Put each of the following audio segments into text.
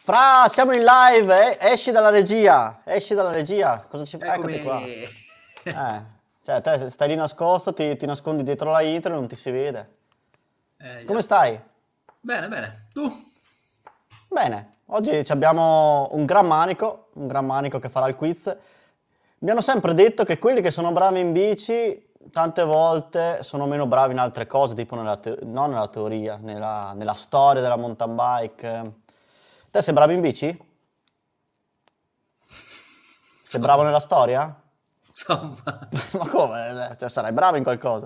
Fra, siamo in live, esci dalla regia, cosa ci fai? Eccoti qua. Eccomi. Cioè te stai lì nascosto, ti nascondi dietro la intro e non ti si vede. Come Già. stai? Bene, bene. Tu? Bene, oggi abbiamo un gran manico che farà il quiz. Mi hanno sempre detto che quelli che sono bravi in bici tante volte sono meno bravi in altre cose, tipo non nella teoria, nella storia della mountain bike. Te sei bravo in bici? Sei bravo nella storia? Insomma, Ma come? Cioè, sarai bravo in qualcosa.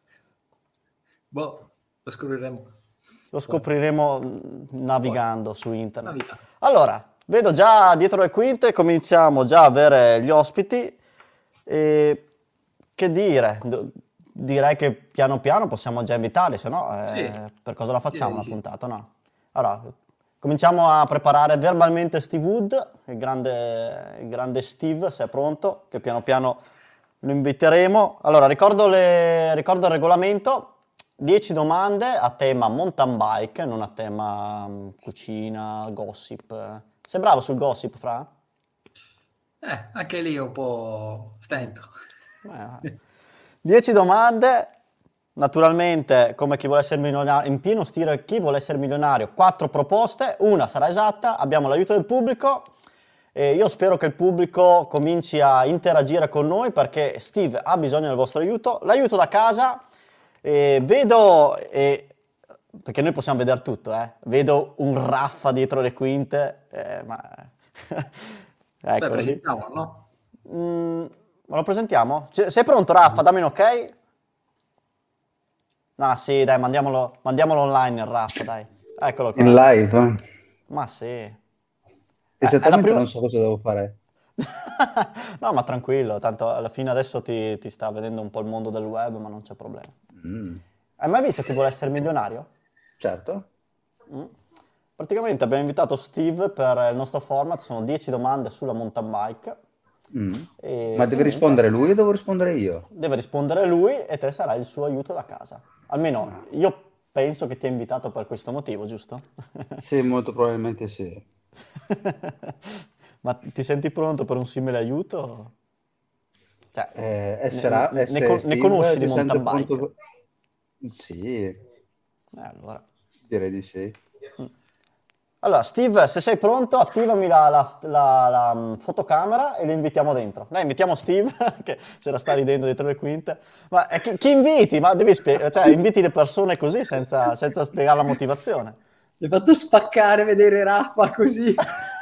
boh, lo scopriremo. Lo scopriremo navigando su Una internet. vita. Allora, vedo già dietro le quinte, cominciamo già a avere gli ospiti. E che dire? Direi che piano piano possiamo già invitarli, se no Sì, per cosa la facciamo direi la di sì. puntata, no? Allora, cominciamo a preparare verbalmente Steve Wood, il grande Steve, se è pronto, che piano piano lo inviteremo. Allora, ricordo il regolamento. 10 domande a tema mountain bike, non a tema cucina, gossip. Sei bravo sul gossip, Fra? Anche lì un po' stento. 10 domande, naturalmente come chi vuole essere milionario, in pieno stile chi vuole essere milionario, 4 proposte, una sarà esatta, abbiamo l'aiuto del pubblico e io spero che il pubblico cominci a interagire con noi perché Steve ha bisogno del vostro aiuto, l'aiuto da casa, vedo, perché noi possiamo vedere tutto, vedo un Raffa dietro le quinte, ma Beh, eccolo lì. presentiamolo, no? Ma lo presentiamo? Sei pronto, Raffa? Dammi un ok? No, sì, dai, mandiamolo online il Raffa, dai. Eccolo In qua. live? Ma sì. È la Esattamente prima... non so cosa devo fare. No, ma tranquillo, tanto alla fine adesso ti sta vedendo un po' il mondo del web, ma non c'è problema. Hai mai visto chi vuole essere milionario? Certo. Praticamente abbiamo invitato Steve per il nostro format, sono 10 domande sulla mountain bike. E Ma deve niente, rispondere lui o devo rispondere io? deve rispondere lui e te sarai il suo aiuto da casa. Almeno io penso che ti ha invitato per questo motivo, giusto? Sì, molto probabilmente sì. Ma ti senti pronto per un simile aiuto? Cioè, Essere ne Steve conosci di si sente mountain bike? pronto. Sì, Allora. direi di sì. Allora, Steve, se sei pronto, attivami la fotocamera e lo invitiamo dentro. Dai, invitiamo Steve, che se la sta ridendo dietro le quinte. Ma chi inviti? Ma devi cioè, inviti le persone così, senza spiegare la motivazione. Mi hai fatto spaccare vedere Raffa così.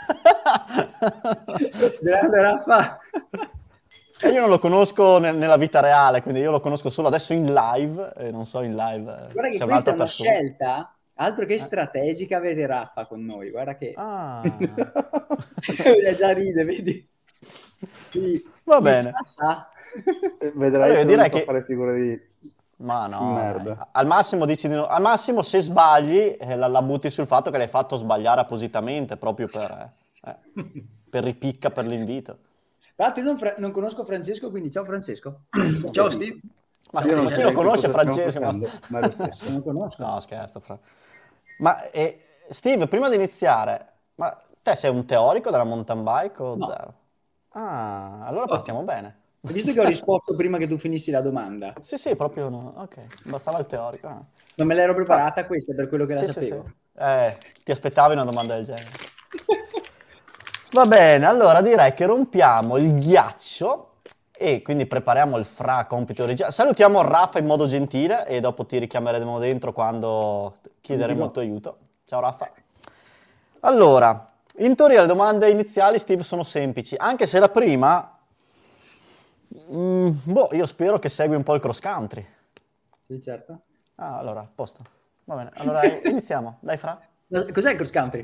Grande Raffa. E io non lo conosco nella vita reale, quindi io lo conosco solo adesso in live, e non so in live Guarda che se è questa è un'altra una persona. scelta altro che strategica avere Raffa con noi. Guarda che Ah. già ride, vedi? Quindi, Va bene. sa. Vedrai Allora, io che non direi mi fa che... fare figure di Ma no, merda. dai. Al massimo dici di no. Al massimo se sbagli la butti sul fatto che l'hai fatto sbagliare appositamente proprio per ripicca per l'invito. Tra l'altro io non conosco Francesco, quindi ciao Francesco. Ciao Steve. Ma Io non chi so lo neanche conosce cosa stiamo Francesco? facendo, ma è lo stesso. Non conosco. No, scherzo. Ma Steve, prima di iniziare, ma te sei un teorico della mountain bike o No. zero? Ah, allora partiamo bene. Hai visto che ho risposto prima che tu finissi la domanda? Sì, proprio no. Ok, bastava il teorico. Non me l'ero preparata questa per quello che la sapevo. Sì. Ti aspettavi una domanda del genere. Va bene, allora direi che rompiamo il ghiaccio e quindi prepariamo il Fra compito originale. Salutiamo Raffa in modo gentile e dopo ti richiameremo dentro quando chiederemo il tuo aiuto. Ciao Raffa. Allora, in teoria le domande iniziali, Steve, sono semplici, anche se la prima... io spero che segui un po' il cross country. Sì, certo. Ah, allora, a posto. Va bene, allora iniziamo. Dai, Fra. Cos'è il cross country?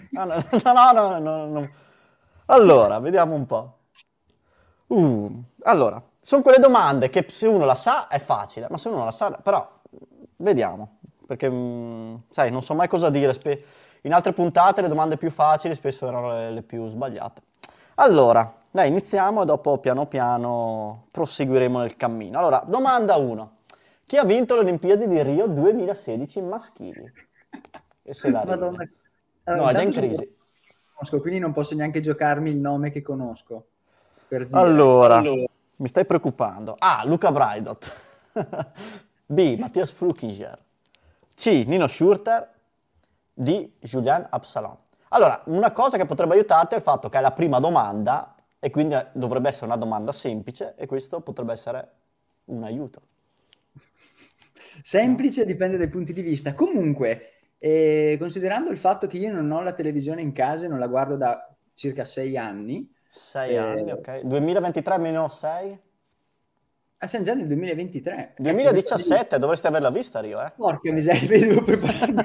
No. Allora, vediamo un po'. Allora, sono quelle domande che se uno la sa è facile, ma se uno non la sa... Però, vediamo. Perché, sai, non so mai cosa dire. In altre puntate le domande più facili spesso erano le più sbagliate. Allora, dai, iniziamo e dopo piano piano proseguiremo nel cammino. Allora, domanda 1. Chi ha vinto le Olimpiadi di Rio 2016 maschili? E se la ride. Madonna. No, è già in crisi. conosco, quindi non posso neanche giocarmi il nome che conosco. Per dire. Allora, mi stai preoccupando. A. Luca Braidot. B. Matthias Flukiger. C. Nino Schurter. D. Julian Absalon. Allora, una cosa che potrebbe aiutarti è il fatto che è la prima domanda e quindi dovrebbe essere una domanda semplice e questo potrebbe essere un aiuto. Semplice, dipende dai punti di vista. Comunque, considerando il fatto che io non ho la televisione in casa e non la guardo da circa 6 anni. 6 anni, ok. 2023 meno 6? Siamo già nel 2023. 2017, dovresti averla vista Rio, eh? Porca miseria, devo prepararmi.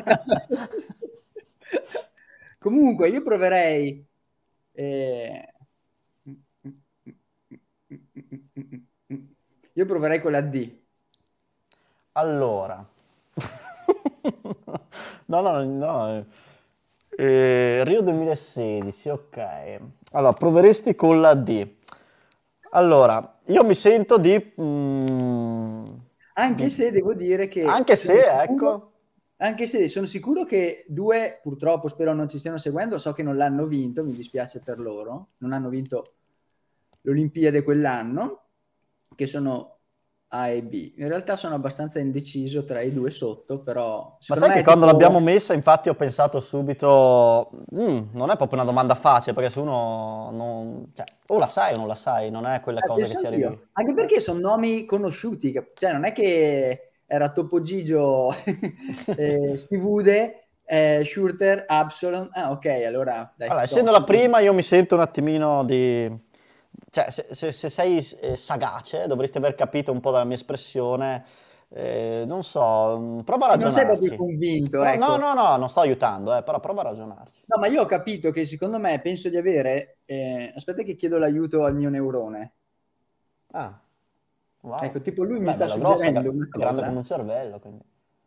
Comunque, io proverei... Io proverei con la D. Allora... no. Rio 2016, ok. Allora, proveresti con la D. Allora, io mi sento di... Anche se devo dire che... Anche se, ecco... Anche se sono sicuro che 2, purtroppo, spero non ci stiano seguendo, so che non l'hanno vinto, mi dispiace per loro, non hanno vinto l'Olimpiade quell'anno, che sono A e B. In realtà sono abbastanza indeciso tra i 2 sotto, però... Ma sai che quando l'abbiamo messa, infatti ho pensato subito, non è proprio una domanda facile, perché se uno non... Cioè, o la sai o non la sai, non è quella cosa che ci arrivi. Anche perché sono nomi conosciuti, cioè non è che era Topo Gigio, Steve Ude, Schurter, Absalon, ok, allora... Dai, allora, essendo la prima, io mi sento un attimino di... Cioè, se sei sagace, dovresti aver capito un po' dalla mia espressione, non so, prova a ragionarci. Non sei proprio convinto, ecco. No, non sto aiutando, però prova a ragionarci. No, ma io ho capito che secondo me, penso di avere... aspetta che chiedo l'aiuto al mio neurone. Ah, wow. Ecco, tipo lui mi sta suggerendo una cosa. Grande come un cervello, quindi.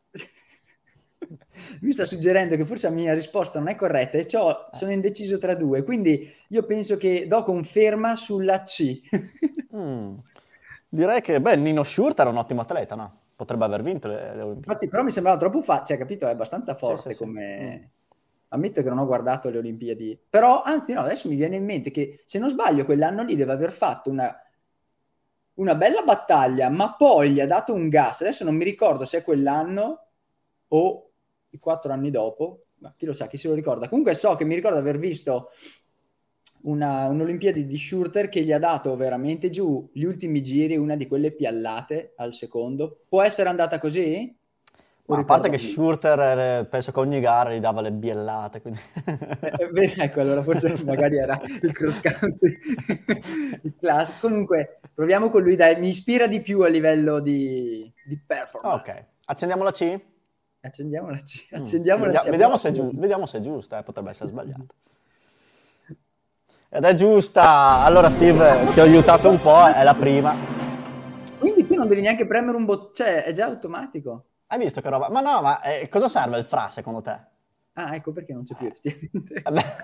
Mi sta suggerendo che forse la mia risposta non è corretta e sono indeciso tra 2, quindi io penso che do conferma sulla C. Direi che, Nino Schurter era un ottimo atleta, no? Potrebbe aver vinto le Olimpiadi. Infatti, però mi sembrava troppo facile, capito? È abbastanza forte Sì. come... Ammetto che non ho guardato le Olimpiadi, però, anzi no, adesso mi viene in mente che, se non sbaglio, quell'anno lì deve aver fatto una bella battaglia, ma poi gli ha dato un gas. Adesso non mi ricordo se è quell'anno o i 4 anni dopo, ma chi lo sa, chi se lo ricorda. Comunque so che mi ricordo aver visto un'Olimpiadi di Schurter che gli ha dato veramente giù gli ultimi giri, una di quelle piallate al secondo. Può essere andata così? Ma a parte che Schurter penso che ogni gara gli dava le biellate, quindi... Ecco, allora forse magari era il cross country, il classico. Comunque proviamo con lui, dai, mi ispira di più a livello di performance. Ok, accendiamo la C? Accendiamo la C. Vediamo se è giusta, potrebbe essere sbagliata. Ed è giusta. Allora Steve, ti ho aiutato un po', è la prima. Quindi tu non devi neanche premere un bottone, cioè è già automatico. Hai visto che roba? Ma no, cosa serve il fra secondo te? Ah, ecco perché non c'è più effettivamente.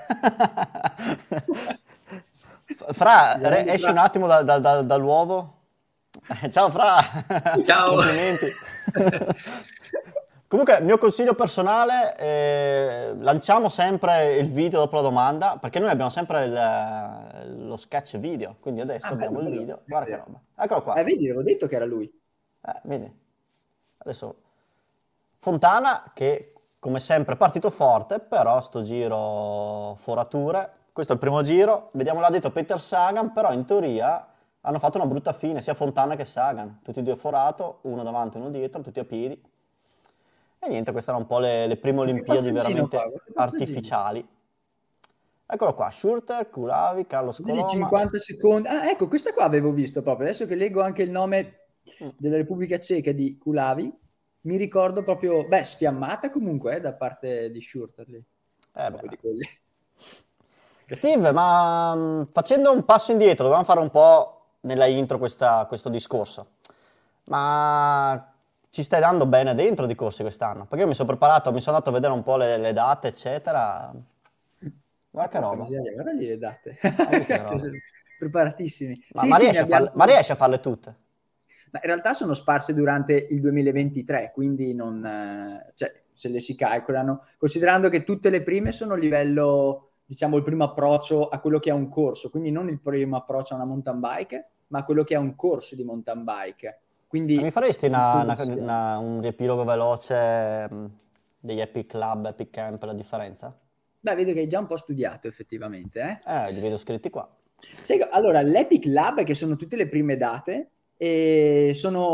Fra, esci un attimo dall'uovo. Ciao Fra. Ciao. Complimenti. Comunque, mio consiglio personale, lanciamo sempre il video dopo la domanda, perché noi abbiamo sempre lo sketch video, quindi adesso abbiamo il video. Guarda che roba. Eccolo qua. Vedi, avevo detto che era lui. Vedi. Adesso Fontana, che come sempre è partito forte, però sto giro forature. Questo è il primo giro. Vediamo, l'ha detto Peter Sagan, però in teoria hanno fatto una brutta fine, sia Fontana che Sagan. Tutti e 2 forato, uno davanti e uno dietro, tutti a piedi. E niente, queste erano un po' le prime Olimpiadi veramente artificiali. Eccolo qua, Schurter, Kulavi, Carlos Coloma. 50 secondi. Ah, ecco, questa qua avevo visto proprio. Adesso che leggo anche il nome della Repubblica Ceca di Kulavi, mi ricordo proprio, sfiammata comunque da parte di Schurter lì. Di quelli. Steve, ma facendo un passo indietro, dovevamo fare un po' nella intro questo discorso. Ma ci stai dando bene dentro di corsi quest'anno? Perché io mi sono preparato, mi sono andato a vedere un po' le date, eccetera. Guarda che roba. Guarda lì le date. Roba. Preparatissimi. Ma riesci a farle tutte? Ma in realtà sono sparse durante il 2023, quindi non, se le si calcolano, considerando che tutte le prime sono livello diciamo, il primo approccio a quello che è un corso, quindi non il primo approccio a una mountain bike, ma a quello che è un corso di mountain bike. Quindi Mi faresti un un riepilogo veloce degli Epic Club, Epic Camp, la differenza? Beh, vedo che hai già un po' studiato effettivamente, Li vedo scritti qua. Allora, l'Epic Lab, che sono tutte le prime date, e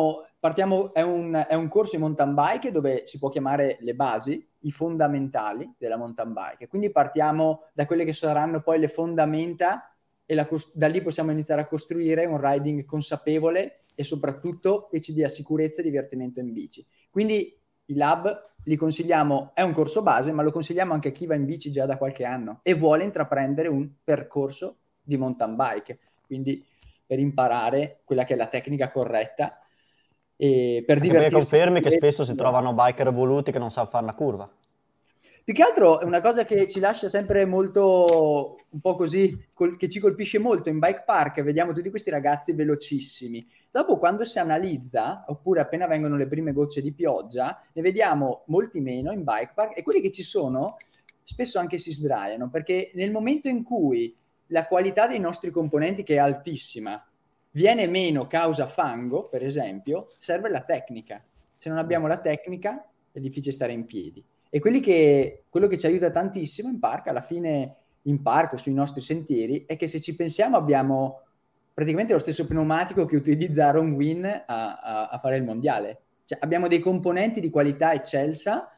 è un corso di mountain bike dove si può chiamare le basi, i fondamentali della mountain bike. Quindi partiamo da quelle che saranno poi le fondamenta e da lì possiamo iniziare a costruire un riding consapevole e soprattutto che ci dia sicurezza e divertimento in bici. Quindi i lab li consigliamo, è un corso base, ma lo consigliamo anche a chi va in bici già da qualche anno e vuole intraprendere un percorso di mountain bike, quindi per imparare quella che è la tecnica corretta e per Anche divertirsi. perché confermi che spesso si trovano biker evoluti che non sanno fare una curva. Più che altro è una cosa che ci lascia sempre molto, un po' così, che ci colpisce molto in bike park, vediamo tutti questi ragazzi velocissimi. Dopo, quando si analizza, oppure appena vengono le prime gocce di pioggia, ne vediamo molti meno in bike park e quelli che ci sono spesso anche si sdraiano, perché nel momento in cui la qualità dei nostri componenti, che è altissima, viene meno causa fango, per esempio, serve la tecnica. Se non abbiamo la tecnica è difficile stare in piedi. E quello che ci aiuta tantissimo in park, alla fine in parco, sui nostri sentieri, è che se ci pensiamo abbiamo praticamente lo stesso pneumatico che utilizza Aaron Wynn a fare il mondiale. Cioè, abbiamo dei componenti di qualità eccelsa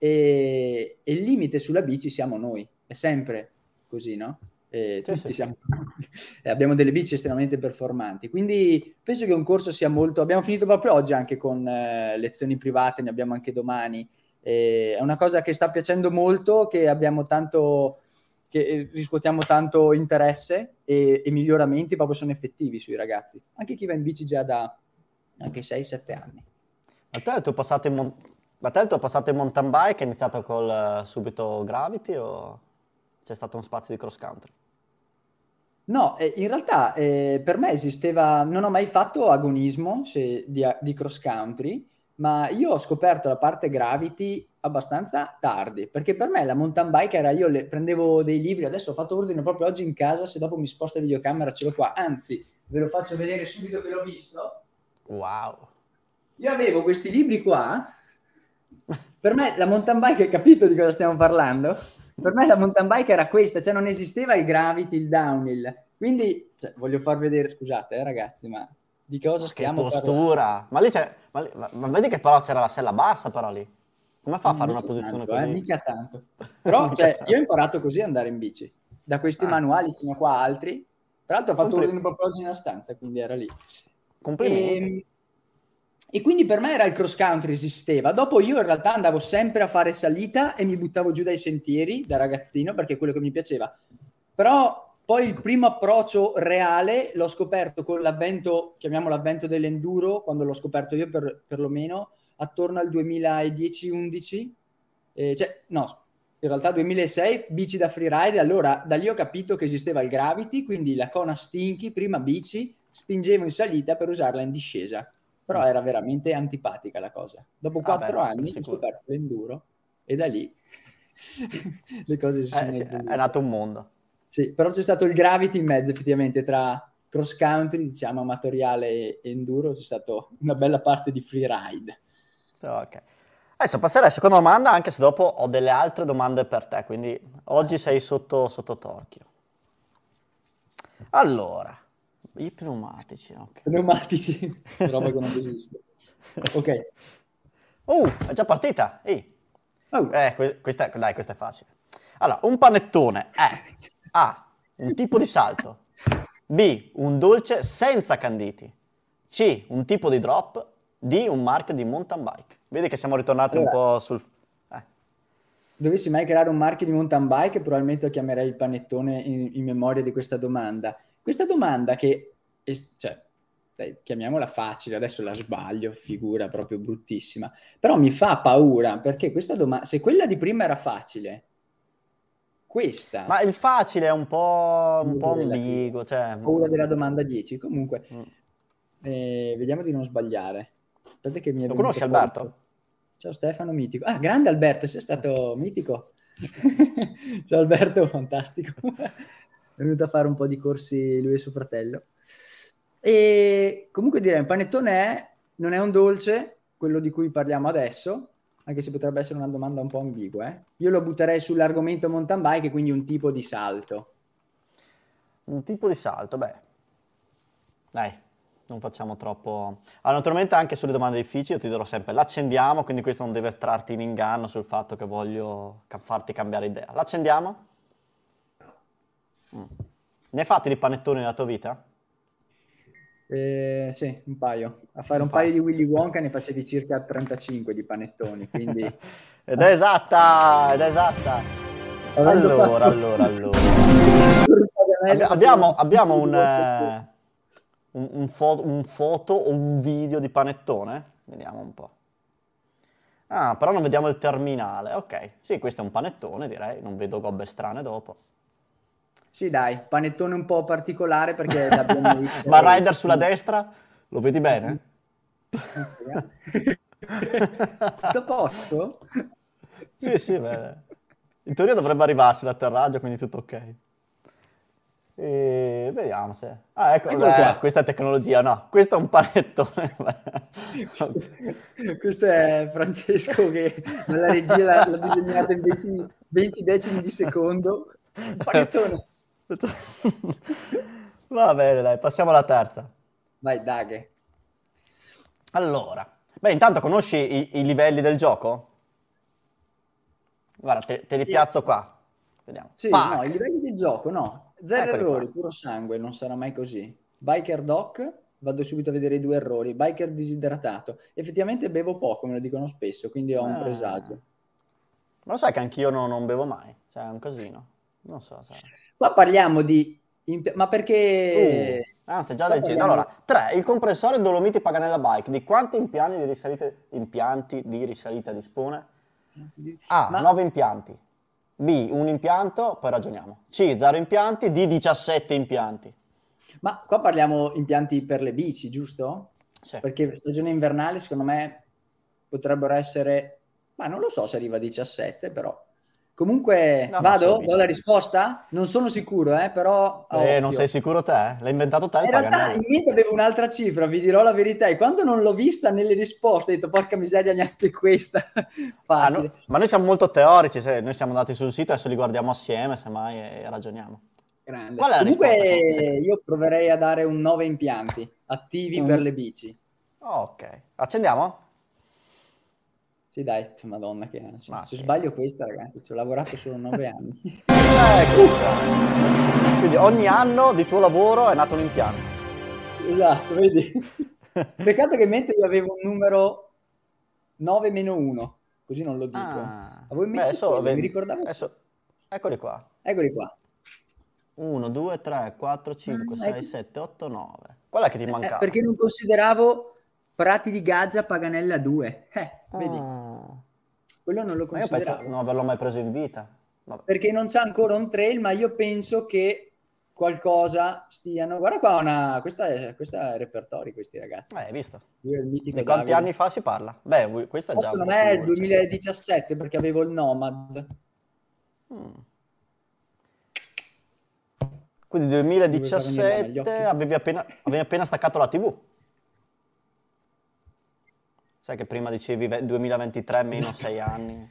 e il limite sulla bici siamo noi. È sempre così, no? Tutti siamo abbiamo delle bici estremamente performanti, quindi penso che un corso sia molto. Abbiamo finito proprio oggi anche con lezioni private, ne abbiamo anche domani. È una cosa che sta piacendo molto, che riscuotiamo tanto interesse e miglioramenti proprio sono effettivi sui ragazzi, anche chi va in bici già da anche 6-7 anni. Ma te il tuo passato in mountain bike è iniziato col subito Gravity o c'è stato uno spazio di cross country? No, in realtà per me esisteva, non ho mai fatto agonismo di cross country, ma io ho scoperto la parte Gravity abbastanza tardi, perché per me la mountain bike era, prendevo dei libri, adesso ho fatto ordine proprio oggi in casa, se dopo mi sposta la videocamera ce l'ho qua, anzi ve lo faccio vedere subito che l'ho visto. Wow! Io avevo questi libri qua, per me la mountain bike, hai capito di cosa stiamo parlando? Per me la mountain bike era questa, cioè non esisteva il Gravity, il downhill, quindi voglio far vedere, scusate ragazzi, ma di cosa stiamo parlando? Che postura! Ma lì ma vedi che però c'era la sella bassa però lì. Come fa a fare una posizione così? Mica tanto. Però io ho imparato così ad andare in bici. Da questi manuali ce ne ho qua altri. Tra l'altro ho fatto ordine proprio oggi nella stanza, quindi era lì. Complimenti. E quindi per me era il cross country, esisteva. Dopo io in realtà andavo sempre a fare salita e mi buttavo giù dai sentieri da ragazzino perché è quello che mi piaceva. Però poi il primo approccio reale l'ho scoperto con l'avvento, chiamiamolo l'avvento dell'enduro, quando l'ho scoperto io perlomeno, attorno al 2010-11. In realtà 2006, bici da freeride. Allora da lì ho capito che esisteva il Gravity, quindi la Kona Stinky, prima bici, spingevo in salita per usarla in discesa. Però era veramente antipatica la cosa. Dopo 4 anni ho scoperto l'enduro e da lì le cose si sono evolute. È nato un mondo. Sì, però c'è stato il Gravity in mezzo effettivamente tra cross country, diciamo amatoriale e enduro, c'è stata una bella parte di freeride. Ok. Adesso passerei alla seconda domanda, anche se dopo ho delle altre domande per te, quindi oggi sei sotto torchio. Allora, i pneumatici, ok. Pneumatici, roba che non esiste. Ok. È già partita. Questa è facile. Allora, un panettone è A, un tipo di salto, B, un dolce senza canditi, C, un tipo di drop, D, un marchio di mountain bike. Vedi che siamo ritornati un po' sul... Dovessi mai creare un marchio di mountain bike, probabilmente lo chiamerei il panettone in memoria di questa domanda. Questa domanda che, chiamiamola facile, adesso la sbaglio, figura proprio bruttissima, però mi fa paura, perché questa domanda, se quella di prima era facile, questa... Ma il facile è un po' ambiguo, paura della domanda 10, comunque, vediamo di non sbagliare. Aspetta che mi è Lo conosci Alberto? Ciao Stefano, mitico. Ah, grande Alberto, sei stato mitico. Ciao Alberto, fantastico. È venuto a fare un po' di corsi lui e suo fratello. E comunque direi, un panettone non è un dolce, quello di cui parliamo adesso, anche se potrebbe essere una domanda un po' ambigua. Io lo butterei sull'argomento mountain bike, quindi un tipo di salto. Un tipo di salto, beh. Dai, non facciamo troppo... Allora, naturalmente anche sulle domande difficili io ti dirò sempre l'accendiamo, quindi questo non deve trarti in inganno sul fatto che voglio farti cambiare idea. L'accendiamo? Ne hai fatti di panettoni nella tua vita? Sì, un paio. A fare un paio. paio di Willy Wonka ne facevi circa 35 di panettoni, quindi... Ed è esatta, ed è esatta. Allora. Abbiamo un foto o un video di panettone? Vediamo un po'. Ah, però non vediamo il terminale. Ok, sì, questo è un panettone, direi. Non vedo gobbe strane dopo. Sì, dai, panettone un po' particolare perché l'abbiamo visto. Ma Rider sulla destra? Lo vedi bene? Tutto a posto? Sì, beh. In teoria dovrebbe arrivarsi l'atterraggio, quindi tutto ok. E vediamo se... Ah, ecco, questa è tecnologia, no, questo è un panettone. Questo è Francesco che nella regia l'ha disegnato in 20 decimi di secondo. Un panettone. Va bene, dai, passiamo alla terza. Vai, Daghe. Allora, beh, intanto conosci i livelli del gioco? Guarda, te li piazzo qua. Vediamo. Sì, no, i livelli del gioco, no. Zero errori, puro sangue, non sarà mai così. Biker Doc, vado subito a vedere i 2 errori. Biker disidratato. Effettivamente bevo poco, me lo dicono spesso, quindi ho un presagio. Ma lo sai che anch'io non bevo mai? Cioè, è un casino. Non so, sai. Qua parliamo di... Ma perché... stai già leggendo. Allora, 3. Il compressore Dolomiti Paganella Bike. Di quanti impianti di risalita dispone? A. 9 impianti. B. 1 impianto, poi ragioniamo. C. 0 impianti. D. 17 impianti. Ma qua parliamo impianti per le bici, giusto? Sì. Perché stagione invernale, secondo me, potrebbero essere... Ma non lo so se arriva a 17, però... Comunque, vado? Do la risposta? Non sono sicuro, però... non sei sicuro te? L'hai inventato te il Paganella? In realtà in mente avevo un'altra cifra, vi dirò la verità. E quando non l'ho vista nelle risposte, ho detto, porca miseria, neanche questa. Facile. Ma noi siamo molto teorici, noi siamo andati sul sito, adesso li guardiamo assieme, semmai, e ragioniamo. Grande. Qual è la Comunque, risposta? io proverei a dare un 9 impianti attivi per le bici. Ok. Accendiamo? Sì, dai, madonna che ansia. Se sbaglio questa, ragazzi, ci ho lavorato solo 9 anni. Quindi ogni anno di tuo lavoro è nato un impianto. Esatto, vedi? Peccato che mentre io avevo un numero 9-1, così non lo dico. A voi mi ricordavo... Eccoli qua. Eccoli qua. 1, 2, 3, 4, 5, 6, 7, 8, 9. Qual è che ti mancava? Perché non consideravo Prati di Gaggia Paganella 2. Vedi? Quello non lo consideravo. Io penso non averlo mai preso in vita. Vabbè. Perché non c'è ancora un trail, ma io penso che qualcosa stiano... Guarda qua, questa è repertori, questi ragazzi. Hai visto? Di quanti anni fa si parla? Beh, questa è già secondo me è il 2017, perché avevo il Nomad. Quindi 2017 avevi appena staccato la TV. Sai che prima dicevi 2023 meno 6 anni.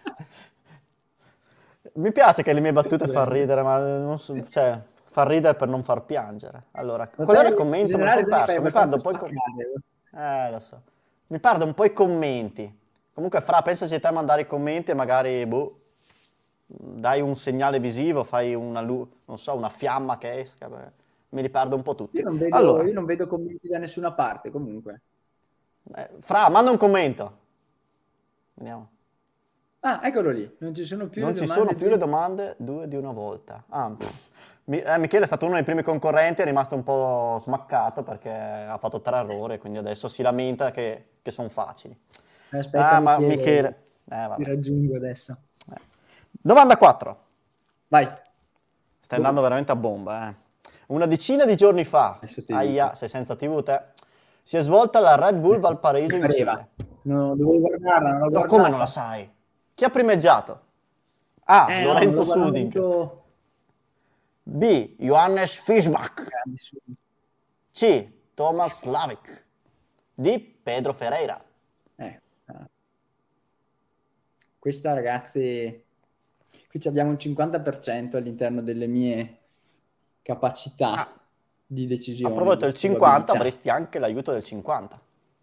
Mi piace che le mie battute fanno ridere, ma non so, cioè, fa ridere per non far piangere. Allora, qual era il commento? Me lo sono perso. Mi perdo un po' lo so. Mi perdo un po' i commenti. Comunque, pensaci te a mandare i commenti e magari dai un segnale visivo, fai non so, una fiamma che esca. Me li perdo un po' tutti. Io non vedo commenti da nessuna parte, comunque. Manda un commento. Vediamo. Ah, eccolo lì. Non ci sono più le domande, 2 di una volta. Michele è stato uno dei primi concorrenti, è rimasto un po' smaccato perché ha fatto 3 errori, quindi adesso si lamenta che sono facili. Aspetta, ma Michele... ti raggiungo adesso. Domanda 4. Vai. Stai andando veramente a bomba, Una decina di giorni fa, sei senza TV te, si è svolta la Red Bull Valparaíso in Cile. No, dovevo guardarla, non l'ho guardata. Come non la sai? Chi ha primeggiato? A. No, Lorenzo lo guardo Suding. molto- B. Johannes Fischbach. grandi su- C. Thomas Slavik. D. Pedro Ferreira. ah. Questa, ragazzi, qui ci abbiamo un 50% all'interno delle mie capacità Ah. di decisione. A proposito del di 50, probabilità. avresti anche l'aiuto del 50.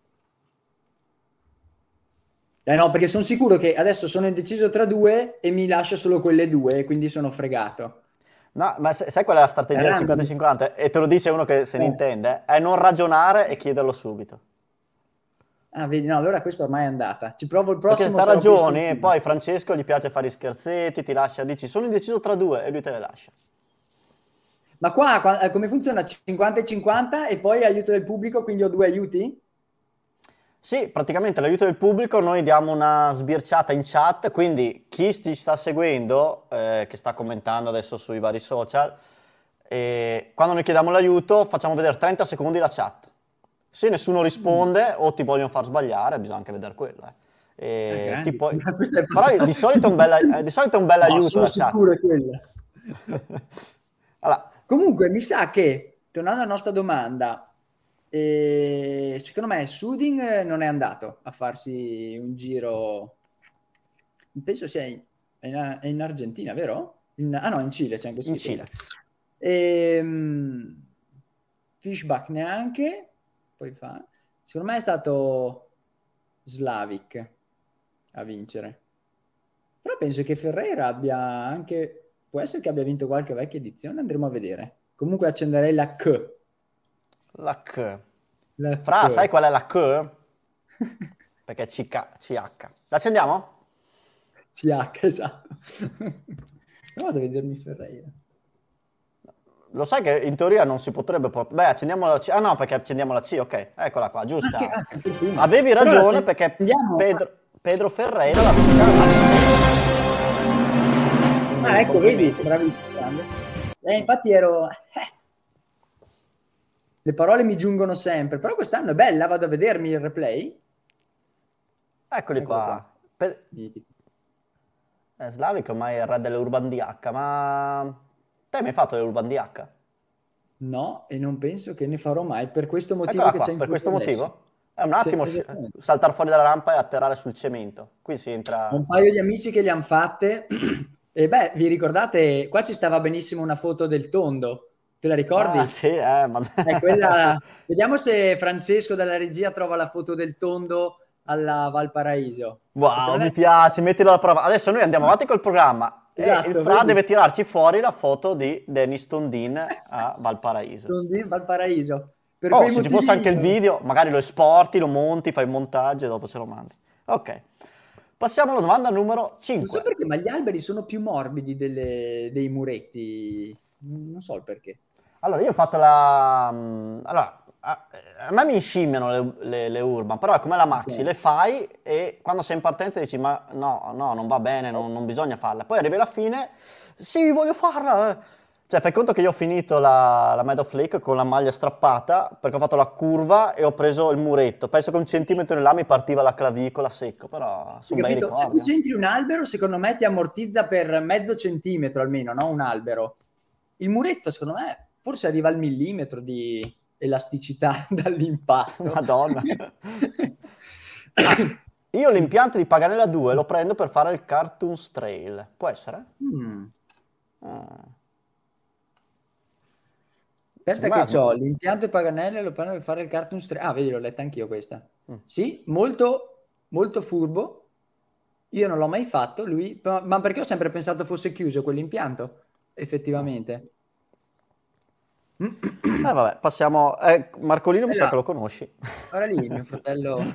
No, perché sono sicuro che adesso sono indeciso tra due e mi lascia solo quelle due, quindi sono fregato. No, ma sai qual è la strategia del Grandi. 50-50? E te lo dice uno che se ne Eh. intende? È non ragionare e chiederlo subito. Ah, vedi, no, allora questa ormai è andata. Ci provo il Perché prossimo. se te sarò più ragioni, istintivo. poi Francesco gli piace fare i scherzetti, ti lascia, dici sono indeciso tra due e lui te le lascia. Ma qua come funziona? 50 e 50 e poi aiuto del pubblico, quindi ho due aiuti? Sì, praticamente l'aiuto del pubblico, noi diamo una sbirciata in chat, quindi chi ci sta seguendo, che sta commentando adesso sui vari social, quando noi chiediamo l'aiuto facciamo vedere 30 secondi la chat. Se nessuno risponde o ti vogliono far sbagliare, bisogna anche vedere quello. Grandi. Poi... Questa è- Però di solito è un bel No, aiuto sono la chat. sicuro è quella. Allora, Comunque mi sa che, tornando alla nostra domanda, secondo me Suding non è andato a farsi un giro, penso sia in Argentina, vero? No, in Cile c'è anche in scritto. Cile. Fishbach neanche, poi secondo me è stato Slavik a vincere. Però penso che Ferreira abbia anche... Può essere che abbia vinto qualche vecchia edizione, andremo a vedere. Comunque accenderei la K. La K. La Fra, K. sai qual è la K? Perché CH. L'accendiamo? CH, esatto. Vado a vedermi Ferreira. Lo sai che in teoria non si potrebbe proprio... Beh, accendiamo la C. Ah no, perché accendiamo la C, ok. Eccola qua, giusta. Anche fortuna. Avevi Però ragione perché accendiamo- Pedro Ferreira l'ha vinta. Ah, ecco, vedi, bravissimo. Grande. Infatti ero... Le parole mi giungono sempre, però quest'anno è bella, vado a vedermi il replay. Eccoli Eccolo qua. Slavik ormai è il re delle Urban DH, ma... Te mi hai fatto le Urban DH? No, e non penso che ne farò mai, per questo motivo Eccola che qua, c'è in per questo adesso. motivo? È un attimo Sì, esattamente. saltare fuori dalla rampa e atterrare sul cemento. Qui si entra... Ho un paio di amici che le hanno fatte e beh, vi ricordate, qua ci stava benissimo una foto del tondo, te la ricordi? Ah, sì, ma... Quella... Vediamo se Francesco dalla regia trova la foto del tondo alla Valparaíso. Wow, mi piace, mettilo alla prova. Adesso noi andiamo avanti col programma Esatto, e il Fra vedi? deve tirarci fuori la foto di Dennis Tondin a Valparaíso. Tondin, Valparaíso. Per Oh, quei se ci motivi fosse anche il io- video, magari lo esporti, lo monti, fai il montaggio e dopo ce lo mandi. Ok, passiamo alla domanda numero Non so 5. perché, ma gli alberi sono più morbidi dei muretti. Non so il perché. Allora, io ho fatto la... Allora, a me mi inscimmiano le Urban, però è come la Maxi, Ok. le fai e quando sei in partenza dici ma no, non va bene, non bisogna farla. Poi arrivi alla fine, sì, voglio farla. Cioè, fai conto che io ho finito la Meadow Flake con la maglia strappata perché ho fatto la curva e ho preso il muretto. Penso che un centimetro in là mi partiva la clavicola secco, però sono bei Capito? Se tu ricordi. centri un albero, secondo me ti ammortizza per mezzo centimetro almeno, no? Un albero. Il muretto, secondo me, forse arriva al millimetro di elasticità dall'impatto. Madonna. Io l'impianto di Paganella 2 lo prendo per fare il Cartoons Trail. Può essere? Mm. Ah. Aspetta Secondo che me- ho l'impianto e Paganelle lo prendo per fare il cartoon Ah, vedi, l'ho letta anch'io questa. Mm. Sì, molto, molto furbo. Io non l'ho mai fatto, lui, ma perché ho sempre pensato fosse chiuso quell'impianto, effettivamente. Vabbè, passiamo... Marcolino mi sa là. che lo conosci. Ora lì, mio fratello.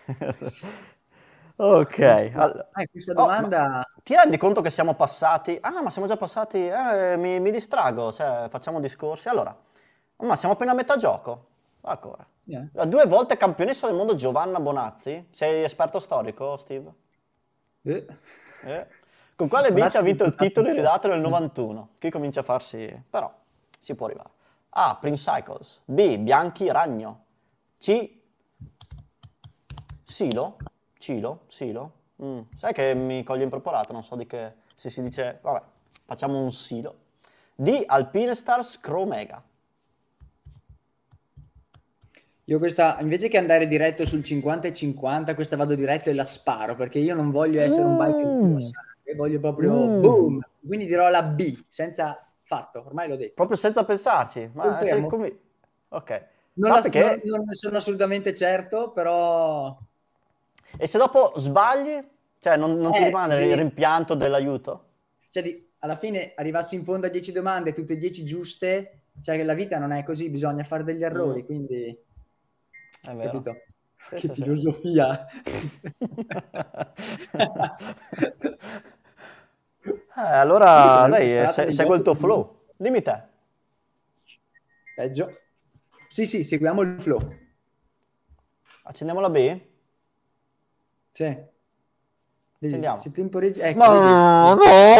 Ok. Allora. Questa Oh, domanda... ma ti rendi conto che siamo passati? Ah, ma siamo già passati? Mi distrago, cioè, facciamo discorsi. Allora, ma siamo appena a metà gioco. Ancora. La 2 volte campionessa del mondo Giovanna Bonazzi. Sei esperto storico, Steve? Con quale bici ha vinto il titolo iridato nel 91? Qui comincia a farsi... però si può arrivare. A. Prince Cycles. B. Bianchi Ragno. C. Silo? Sai che mi coglie impreparato, non so di che se si dice, vabbè, facciamo un silo. D. Alpine Stars Scromega. Io questa, invece che andare diretto sul 50 e 50, questa vado diretto e la sparo, perché io non voglio essere un biker puro sangue, voglio proprio boom. Quindi dirò la B, senza fatto, ormai l'ho detto. Proprio senza pensarci. Ma sei Confermo. Ok. Non Sappi che... non ne sono assolutamente certo, però... E se dopo sbagli? Cioè non ti rimane sì. il rimpianto dell'aiuto? Cioè, alla fine arrivassi in fondo a 10 domande, tutte 10 giuste, cioè che la vita non è così, bisogna fare degli errori, quindi... È vero. Capito? Sì, Che sì, filosofia. Allora, dai, segui il tuo flow. Dimmi te. Peggio. Sì, seguiamo il flow. Accendiamo la B? Sì. Accendiamo. Se temporeggi... No!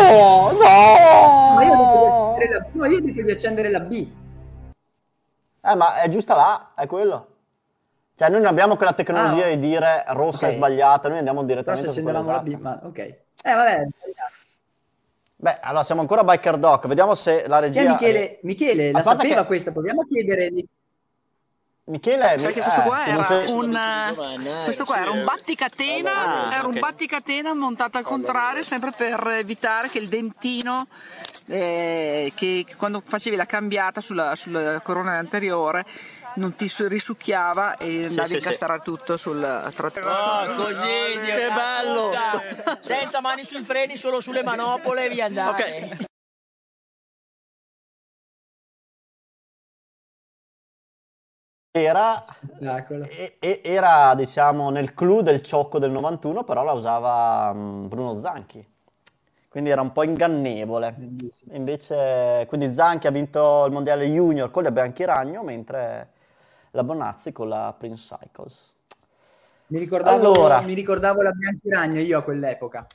Ma io ho detto di accendere la B. Ma è giusta là, è quello. Cioè, noi non abbiamo quella tecnologia di dire rossa è sbagliata, noi andiamo direttamente su quella esatta. La B, ma ok. Vabbè. Beh, allora siamo ancora Biker Doc, vediamo se la regia... Michele, la sapeva questa, proviamo a chiedere... Michele, sai che questo qua era un batticatena, un batticatena montato al contrario, sempre per evitare che il dentino che quando facevi la cambiata sulla corona anteriore non ti risucchiava e andavi a incastrare tutto sul trattore. Così, che bello! Senza mani sui freni, solo sulle manopole, via andare. Okay. Era, diciamo, nel clou del ciocco del 91, però la usava Bruno Zanchi. Quindi era un po' ingannevole. Invece, quindi Zanchi ha vinto il mondiale junior con le Bianchi Ragno, mentre la Bonazzi con la Prince Cycles. Mi ricordavo la Bianchi Ragno io a quell'epoca.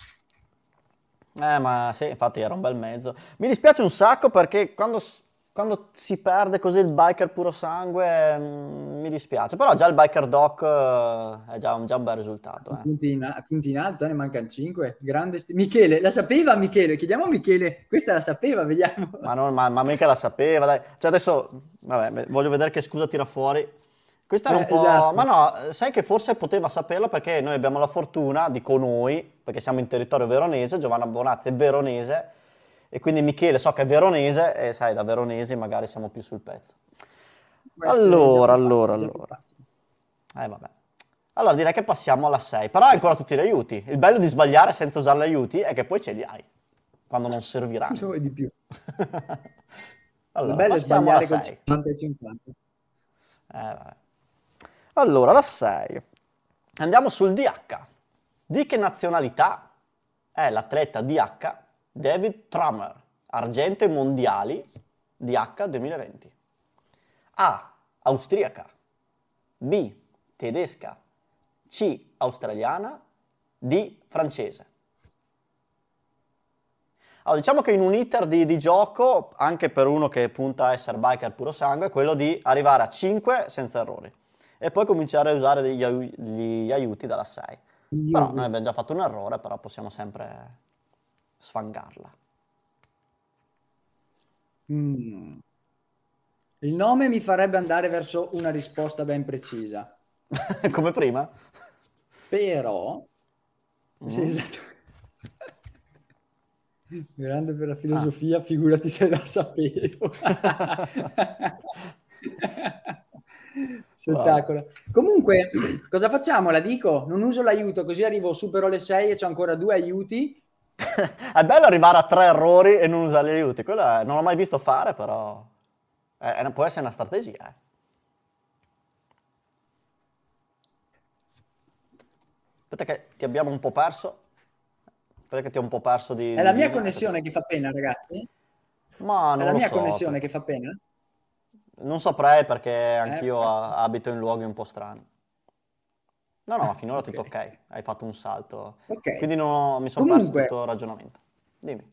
Ma sì, infatti era un bel mezzo. Mi dispiace un sacco perché quando si perde così il biker puro sangue mi dispiace, però già il Biker Doc è già un bel risultato. Punti in alto, ne mancano 5. Grande Michele, la sapeva Michele? Chiediamo a Michele, questa la sapeva, vediamo. Ma mica la sapeva, dai. Cioè adesso, vabbè, voglio vedere che scusa tira fuori. Questa era un po'... Esatto. Ma no, sai che forse poteva saperla perché noi abbiamo la fortuna, dico noi, perché siamo in territorio veronese, Giovanna Bonazzi è veronese, e quindi Michele so che è veronese, e sai, da veronesi magari siamo più sul pezzo. Allora. Vabbè. Allora direi che passiamo alla 6, però hai ancora tutti gli aiuti. Il bello di sbagliare senza usare gli aiuti è che poi ce li hai, quando non serviranno. Cosa vuoi di più? Allora, il bello è sbagliare con 50 e 50. Vabbè. Allora, la 6. Andiamo sul DH. Di che nazionalità è l'atleta DH David Trummer, argento ai mondiali DH 2020? A. Austriaca. B. Tedesca. C. Australiana. D. Francese. Allora, diciamo che in un iter di gioco, anche per uno che punta a essere biker puro sangue, è quello di arrivare a 5 senza errori e poi cominciare a usare gli aiuti dalla 6. Però noi abbiamo già fatto un errore, però possiamo sempre sfangarla. Il nome mi farebbe andare verso una risposta ben precisa. Come prima? Però... Sì, esatto. Grande per la filosofia, figurati se la sapevo. Spettacolo. Wow. Comunque, cosa facciamo? La dico? Non uso l'aiuto, così arrivo, supero le 6 e c'ho ancora 2 aiuti. È bello arrivare a 3 errori e non usare gli aiuti. Quello non l'ho mai visto fare, però può essere una strategia. Aspetta che ti abbiamo un po' perso. Aspetta che ti ho un po' perso di... È la mia connessione che fa pena, ragazzi? Ma non è la mia so, connessione che fa pena? Non saprei perché anch'io abito in luoghi un po' strani. No, finora tutto ok. Hai fatto un salto. Okay. Quindi mi sono perso tutto il ragionamento. Dimmi.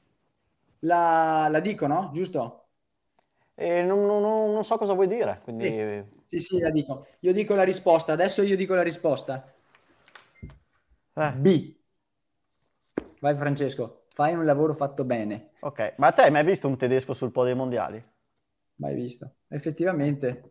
La dico, no? Giusto? Non so cosa vuoi dire. Quindi... Sì, la dico. Io dico la risposta. Adesso io dico la risposta. B. Vai Francesco. fai un lavoro fatto bene. Ok, ma te hai mai visto un tedesco sul podio dei mondiali? Mai visto. Effettivamente.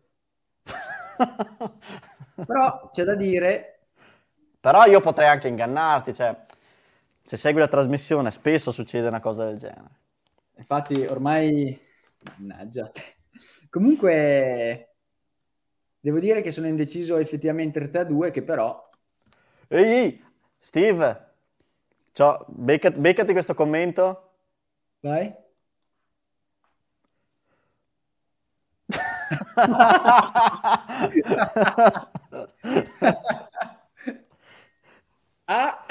Però c'è da dire... Però io potrei anche ingannarti, cioè, se segui la trasmissione spesso succede una cosa del genere. Infatti ormai... Mannaggia te. Comunque... Devo dire che sono indeciso effettivamente tra due, che però... Ehi, Steve, beccati questo commento. Vai. Ah!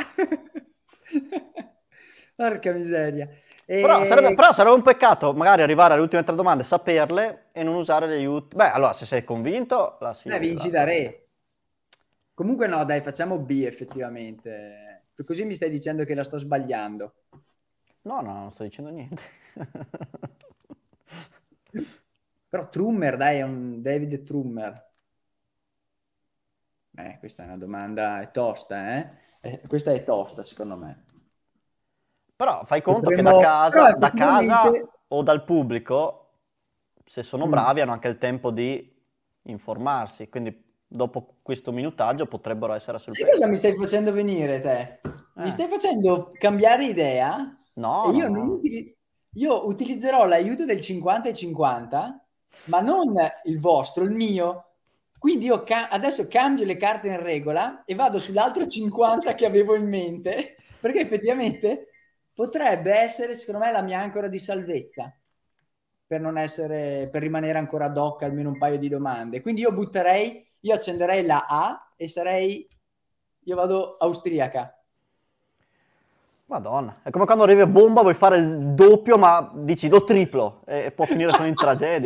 Porca miseria. Però sarebbe un peccato magari arrivare alle ultime 3 domande, saperle e non usare le aiuti. Beh, allora se sei convinto, vinci da re. Comunque no, dai, facciamo B effettivamente. Tu così mi stai dicendo che la sto sbagliando. No, non sto dicendo niente. Però Trummer, dai, è un David Trummer. Questa è una domanda, è tosta, questa è tosta, secondo me. Però fai conto che Potremmo... da casa o dal pubblico, se sono bravi, hanno anche il tempo di informarsi. Quindi dopo questo minutaggio potrebbero essere sul pezzo. Sai cosa mi stai facendo venire, te? Mi stai facendo cambiare idea? No, e io, no. io utilizzerò l'aiuto del 50 e 50, ma non il vostro, il mio. Quindi io adesso cambio le carte in regola e vado sull'altro 50 che avevo in mente, perché effettivamente potrebbe essere, secondo me, la mia ancora di salvezza per rimanere ancora ad hoc almeno un paio di domande. Quindi io accenderei la A e io vado austriaca. Madonna, è come quando arrivi a bomba, vuoi fare il doppio, ma dici lo triplo e può finire solo in tragedia.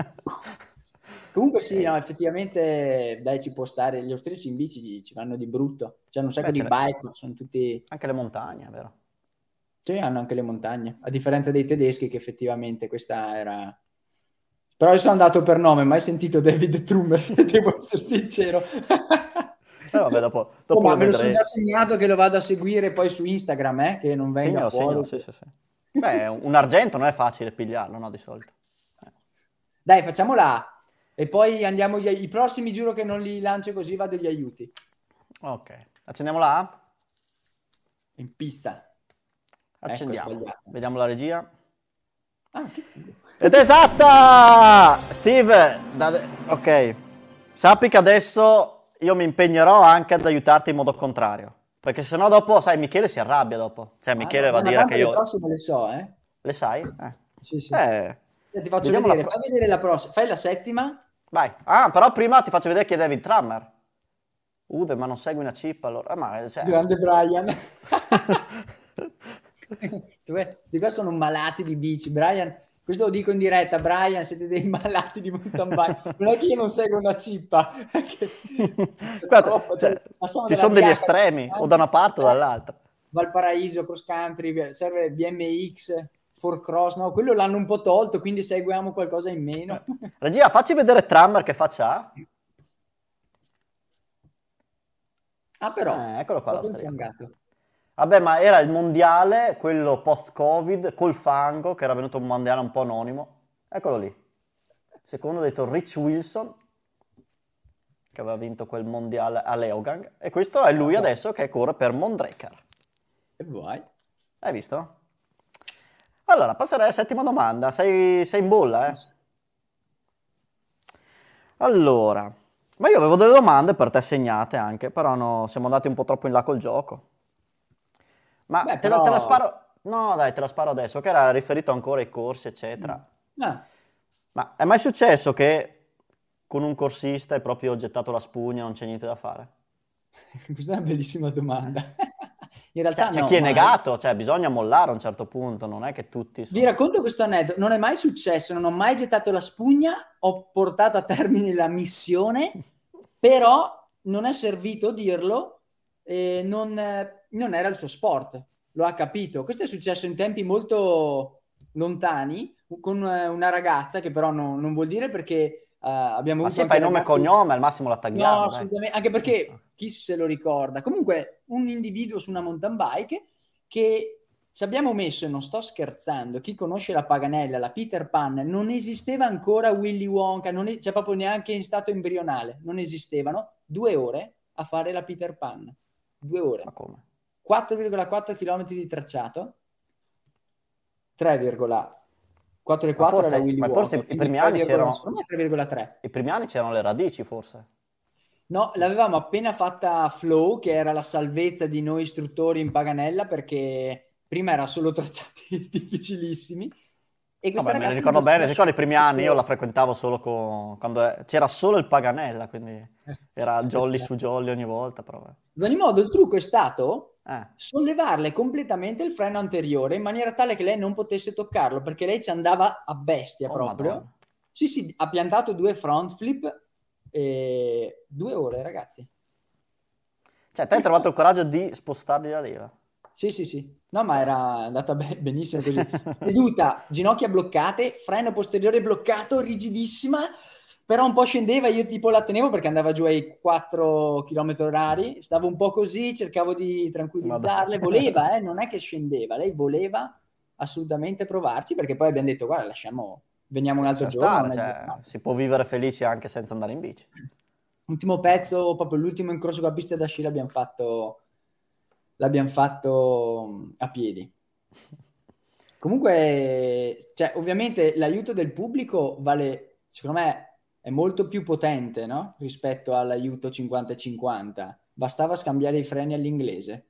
Comunque sì, no, effettivamente dai, ci può stare. Gli austriaci in bici ci vanno di brutto. C'hanno un sacco di bike, ma sono tutti... Anche le montagne, vero? Sì, hanno anche le montagne. A differenza dei tedeschi, che effettivamente questa era... Però io sono andato per nome, mai sentito David Trummer, devo essere sincero. Vabbè, dopo ma me lo sono già segnato che lo vado a seguire poi su Instagram, che non venga fuori. Sì. Beh, un argento non è facile pigliarlo, no, di solito. Dai, facciamola A. E poi andiamo i prossimi, giuro che non li lancio così, vado agli aiuti. Ok, accendiamo la A? In pista. Accendiamo, vediamo la regia. Che... Ed è esatta! Steve, ok, sappi che adesso io mi impegnerò anche ad aiutarti in modo contrario, perché sennò dopo, sai, Michele si arrabbia dopo. Cioè, Michele va a dire che io... Le prossime le so, Le sai? Sì. Ti faccio vediamo vedere, fai vedere la prossima. Fai la settima. Vai. Però prima ti faccio vedere chi è David Trummer. Ude, ma non segui una chip allora. Grande Brian. Questi qua sono malati di bici, Brian. Questo lo dico in diretta, Brian, siete dei malati di mountain bike. Non è che io non seguo una cippa. Ci sono degli estremi, o da una parte o dall'altra. Valparaíso, cross country, serve BMX, for cross, no? Quello l'hanno un po' tolto, quindi seguiamo qualcosa in meno. Regia, facci vedere Trummer che faccia. Però. Eccolo qua l'austriaco. Vabbè, ma era il mondiale, quello post-Covid, col fango, che era venuto un mondiale un po' anonimo. Eccolo lì. Secondo detto Rich Wilson, che aveva vinto quel mondiale a Leogang. E questo è lui adesso che corre per Mondraker. E vai. Hai visto? Allora, passerei alla settima domanda. Sei in bolla, Allora, ma io avevo delle domande per te segnate anche, però no, siamo andati un po' troppo in là col gioco. Ma te la sparo... No, dai, te la sparo adesso, che era riferito ancora ai corsi, eccetera. Ma è mai successo che con un corsista hai proprio gettato la spugna, non c'è niente da fare? Questa è una bellissima domanda. In realtà c'è chi è negato, cioè bisogna mollare a un certo punto, non è che tutti sono... Vi racconto questo aneddoto, non è mai successo, non ho mai gettato la spugna, ho portato a termine la missione, però non è servito dirlo, non era il suo sport, lo ha capito. Questo è successo in tempi molto lontani, con una ragazza, che però non vuol dire perché abbiamo avuto... Ma sì, fai nome e cognome, al massimo la tagliamo. No, assolutamente, anche perché chi se lo ricorda. Comunque, un individuo su una mountain bike che ci abbiamo messo, e non sto scherzando, chi conosce la Paganella, la Peter Pan, non esisteva ancora Willy Wonka, cioè proprio neanche in stato embrionale, non esistevano, 2 ore a fare la Peter Pan. 2 ore. Ma come? 4,4 km di tracciato, 4,4 forse- era Willy ma Wonka, forse i quindi primi anni 3,1, c'erano- secondo me 3,3. I primi anni c'erano le radici, forse. No, l'avevamo appena fatta Flow, che era la salvezza di noi istruttori in Paganella, perché prima era solo tracciati difficilissimi. E questa Vabbè, me ne ragazza ricordo mi bene, ha ricordo i primi anni, io la fatto- frequentavo solo quando c'era solo il Paganella, quindi era jolly su jolly ogni volta, però. Ad ogni modo, il trucco è stato Eh, sollevarle completamente il freno anteriore in maniera tale che lei non potesse toccarlo, perché lei ci andava a bestia oh, proprio. Madonna. Sì, ha piantato 2 front flip e 2 ore, ragazzi. Cioè, te hai trovato il coraggio di spostargli la leva. Sì. No, ma era andata benissimo così. Seduta, ginocchia bloccate, freno posteriore bloccato, rigidissima, però un po' scendeva, io tipo la tenevo perché andava giù ai 4 km orari, stavo un po' così, cercavo di tranquillizzarle, voleva, non è che scendeva, lei voleva assolutamente provarci, perché poi abbiamo detto, guarda, veniamo un altro Lascia giorno. stare, cioè, si può vivere felici anche senza andare in bici. Ultimo pezzo, proprio l'ultimo incrocio con la pista da sci l'abbiamo fatto a piedi. Comunque, cioè, ovviamente l'aiuto del pubblico vale, secondo me, è molto più potente, no? Rispetto all'aiuto 50-50. Bastava scambiare i freni all'inglese.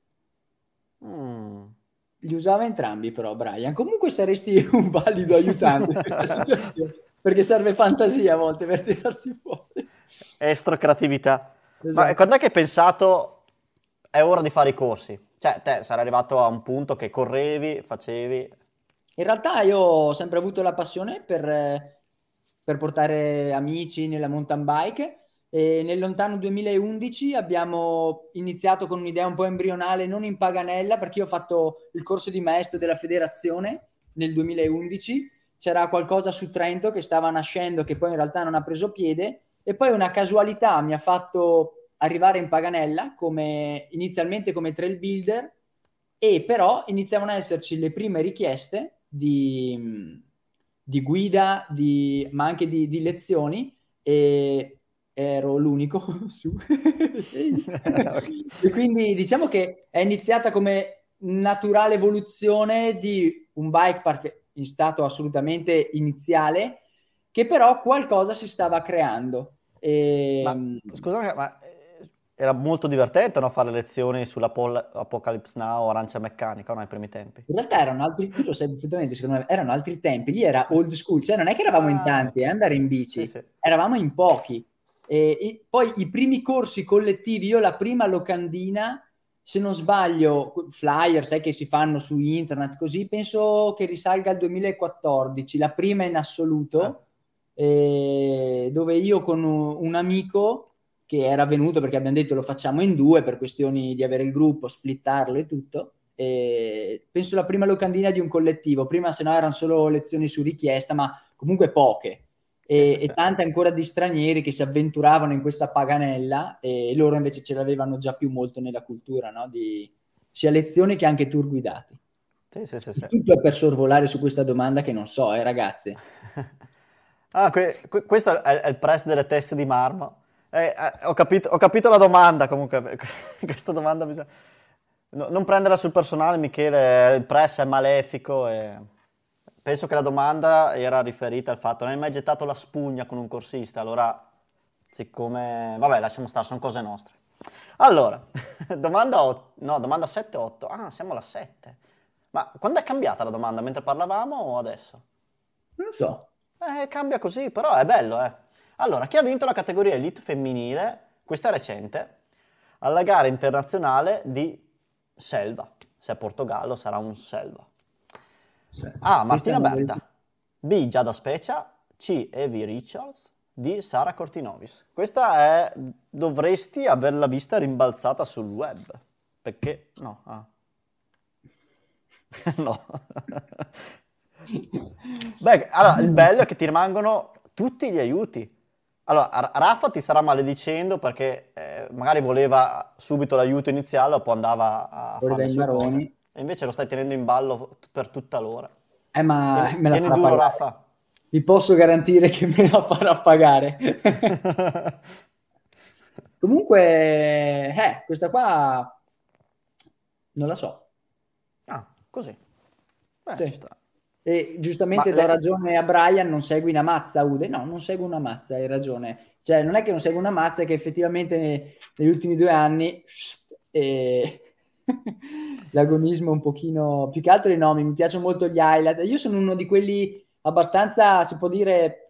Li usava entrambi però, Brian. Comunque saresti un valido aiutante in questa situazione, perché serve fantasia a volte per tirarsi fuori. Estro creatività. Esatto. Ma quando è che hai pensato è ora di fare i corsi? Cioè, te sarai arrivato a un punto che correvi, facevi... In realtà io ho sempre avuto la passione per portare amici nella mountain bike, e nel lontano 2011 abbiamo iniziato con un'idea un po' embrionale, non in Paganella, perché io ho fatto il corso di maestro della federazione nel 2011, c'era qualcosa su Trento che stava nascendo che poi in realtà non ha preso piede, e poi una casualità mi ha fatto arrivare in Paganella inizialmente come trail builder, e però iniziavano a esserci le prime richieste di guida, ma anche di lezioni, e ero l'unico su. E quindi diciamo che è iniziata come naturale evoluzione di un bike park in stato assolutamente iniziale, che però qualcosa si stava creando. Scusami, ma era molto divertente, no, fare lezioni sull'Apocalypse Now o Arancia Meccanica, no, ai primi tempi? In realtà erano altri, tu lo sai perfettamente, secondo me, erano altri tempi, lì era old school, cioè non è che eravamo in tanti a andare in bici, Sì. eravamo in pochi. E poi i primi corsi collettivi, io la prima locandina, se non sbaglio, flyer, sai che si fanno su internet così, penso che risalga al 2014, la prima in assoluto, dove io con un amico che era venuto, perché abbiamo detto lo facciamo in 2 per questioni di avere il gruppo, splittarlo e tutto, e penso la prima locandina di un collettivo, prima se no erano solo lezioni su richiesta, ma comunque poche. E tante ancora di stranieri che si avventuravano in questa Paganella, e loro invece ce l'avevano già più molto nella cultura, no? Di sia lezioni che anche tour guidati. Sì. Tutto per sorvolare su questa domanda che non so, ragazzi. Questo è il press delle teste di marmo. Ho capito la domanda, comunque. Questa domanda bisogna... non prenderla sul personale, Michele, il press è malefico e... Penso che la domanda era riferita al fatto: non hai mai gettato la spugna con un corsista? Allora, siccome... Vabbè, lasciamo stare, sono cose nostre. Allora, domanda 7-8. Ah, siamo alla 7. Ma quando è cambiata la domanda? Mentre parlavamo o adesso? Non lo so. Cambia così, però è bello, Allora, chi ha vinto la categoria Elite femminile, questa è recente, alla gara internazionale di Selva. Se è Portogallo sarà un Selva. A. Martina Berta, B. Giada Specia, C. Evie Richards, D. Sara Cortinovis. Questa dovresti averla vista rimbalzata sul web, perché no, no. Beh, allora, il bello è che ti rimangono tutti gli aiuti. Allora, Raffa ti starà maledicendo perché magari voleva subito l'aiuto iniziale o poi andava a fare le sue cose. E invece lo stai tenendo in ballo per tutta l'ora. Ma me la Tieni farà duro, pagare. Raffa. Vi posso garantire che me la farà pagare. Comunque, questa qua non la so. Ah, così. Beh, Sì. ci sta. E giustamente Ma do le- ragione a Brian, non segui una mazza, Ude. No, non seguo una mazza, hai ragione. Cioè, non è che non seguo una mazza, è che effettivamente negli ultimi 2 anni l'agonismo è un pochino... Più che altro i nomi, mi piacciono molto gli highlight. Io sono uno di quelli abbastanza, si può dire,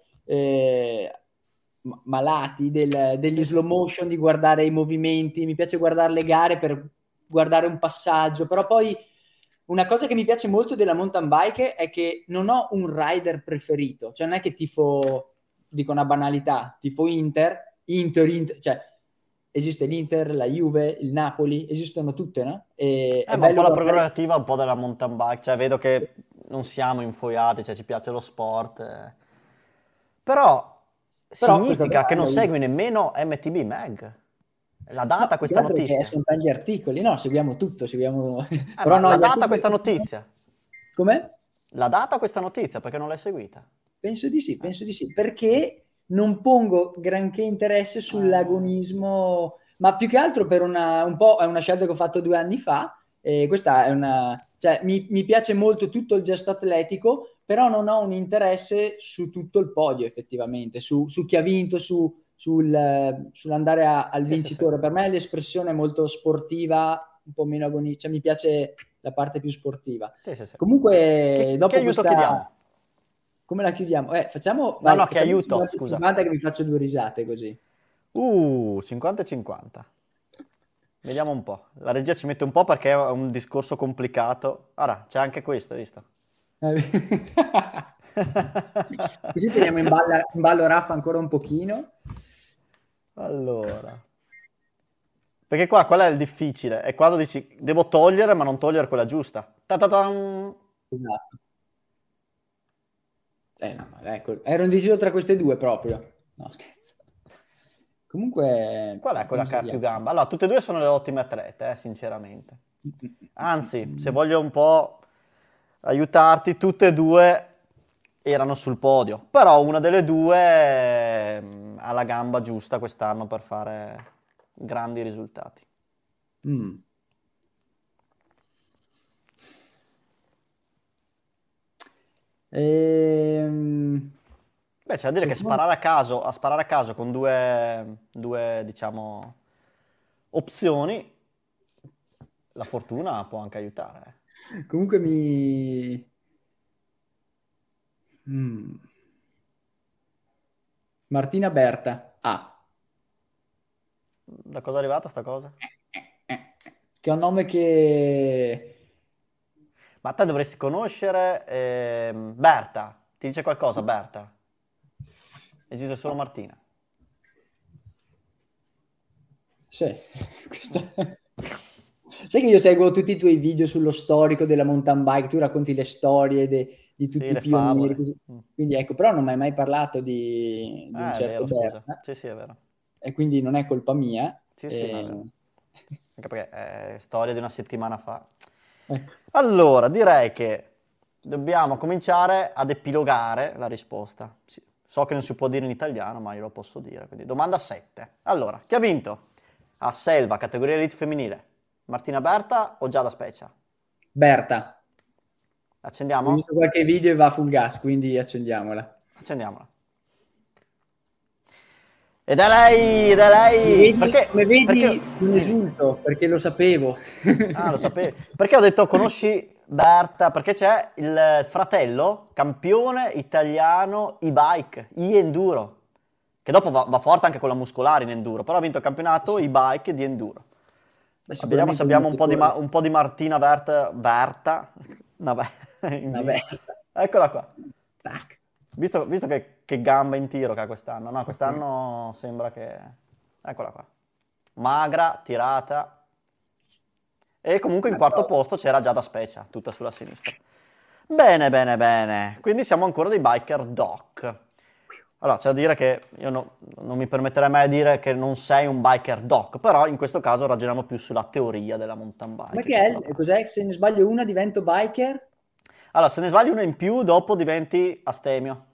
malati degli slow motion, di guardare i movimenti. Mi piace guardare le gare per guardare un passaggio, però poi una cosa che mi piace molto della mountain bike è che non ho un rider preferito, cioè non è che tifo, dico una banalità, tifo Inter, cioè esiste l'Inter, la Juve, il Napoli, esistono tutte, no? E è ma un po' bello la guardare... prerogativa un po' della mountain bike, cioè vedo che non siamo infoiati, cioè ci piace lo sport. Però Però significa che non questa segui nemmeno MTB Mag. L'ha data No, questa più che altro che notizia? sono tanti articoli, no, seguiamo tutto, seguiamo... Ma no, l'ha gli data articoli- questa notizia? Come? L'ha data questa notizia perché non l'hai seguita? Penso di sì, perché non pongo granché interesse sull'agonismo, ma più che altro per un po' è una scelta che ho fatto 2 anni fa, e questa è una... Cioè, mi piace molto tutto il gesto atletico, però non ho un interesse su tutto il podio, effettivamente, su chi ha vinto, sull'andare al Sì, vincitore. sì. Per me l'espressione è molto sportiva, un po' meno agonistica, cioè mi piace la parte più sportiva. Sì. Comunque, dopo che aiuto questa... chiediamo? Come la chiudiamo? Facciamo, No, che facciamo aiuto, 50 scusa. 50 che mi faccio 2 risate così. 50 e 50. Vediamo un po'. La regia ci mette un po' perché è un discorso complicato. Ora, c'è anche questo, hai visto? Così teniamo in ballo Raffa ancora un pochino. Allora. Perché qua qual è il difficile? È quando dici devo togliere ma non togliere quella giusta. Ta-ta-tan! Esatto. No, ecco, ero indeciso tra queste due proprio. No, scherzo. Comunque... Qual è quella che ha più gamba? Allora, tutte e due sono le ottime atlete, sinceramente. Anzi, se voglio un po' aiutarti, tutte e due erano sul podio. Però una delle due ha la gamba giusta quest'anno per fare grandi risultati. Beh, c'è da dire che sparare a caso con due, diciamo, opzioni, la fortuna può anche aiutare. Comunque Martina Berta. Da cosa è arrivata sta cosa? Che è un nome che... Ma te dovresti conoscere Berta. Ti dice qualcosa, Berta? Esiste solo Martina. Sì, sai che io seguo tutti i tuoi video sullo storico della mountain bike, tu racconti le storie di tutti Sì, le i pionieri, favole. così. Quindi ecco, però non mi hai mai parlato di un È certo vero, scusa. Berta, Sì, è vero. e quindi non è colpa mia. Sì, no, è vero. Anche perché è storia di una settimana fa. Ecco. Allora, direi che dobbiamo cominciare ad epilogare la risposta. Sì, so che non si può dire in italiano, ma io lo posso dire. Quindi, domanda 7. Allora, chi ha vinto? A Selva, categoria elite femminile. Martina Berta o Giada Specia? Berta. Accendiamo? Ho visto qualche video e va full gas, quindi accendiamola. Accendiamola. Ed è lei! Perché? Come vedi, Perché... non esulto, perché lo sapevo. Ah, lo sapevi. Perché ho detto conosci Berta? Perché c'è il fratello campione italiano e-bike, e-enduro, che dopo va forte anche con la muscolare in enduro, però ha vinto il campionato e-bike di enduro. Vediamo se abbiamo un po' di Martina Berta. Vabbè. Eccola qua. Tac. Visto che gamba in tiro che ha quest'anno. No, quest'anno sembra che... Eccola qua. Magra, tirata. E comunque in quarto posto c'era Giada Specia, tutta sulla sinistra. Bene. Quindi siamo ancora dei biker doc. Allora, c'è da dire che io non mi permetterei mai di dire che non sei un biker doc, però in questo caso ragioniamo più sulla teoria della mountain bike. Ma che è? Cos'è? Se ne sbaglio una divento biker? Allora, se ne sbagli una in più, dopo diventi astemio.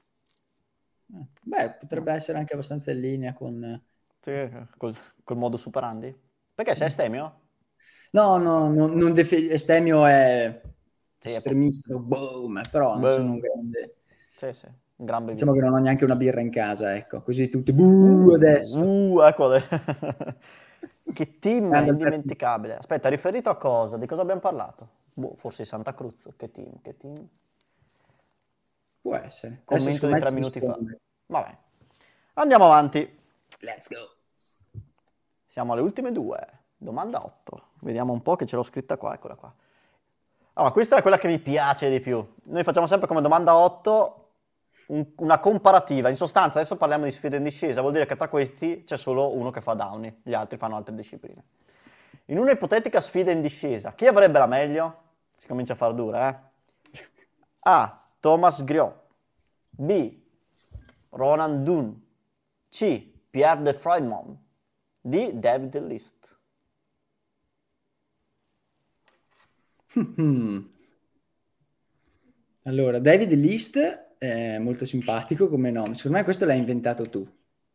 Beh, potrebbe essere anche abbastanza in linea con... Sì, col modus operandi. Perché sei astemio? No, non Estemio è Sì, estremista, boom, però non sono un grande... Sì, un gran bevitore. Diciamo che non ho neanche una birra in casa, ecco, così tutti adesso. Ecco. Che team indimenticabile. Aspetta, riferito a cosa? Di cosa abbiamo parlato? Forse Santa Cruz. Che team? Può essere. Commento di 3 minuti fa. Vabbè. Andiamo avanti. Let's go. Siamo alle ultime 2. Domanda 8. Vediamo un po' che ce l'ho scritta qua, eccola qua. Allora, questa è quella che mi piace di più. Noi facciamo sempre come domanda 8 una comparativa. In sostanza, adesso parliamo di sfide in discesa, vuol dire che tra questi c'è solo uno che fa downy, gli altri fanno altre discipline. In una ipotetica sfida in discesa, chi avrebbe la meglio? Si comincia a far dura, A. Thomas Griot. B. Ronan Dunn. C. Pierre de Freudmont. D. David List. Allora, David List è molto simpatico come nome. Secondo me questo l'hai inventato tu.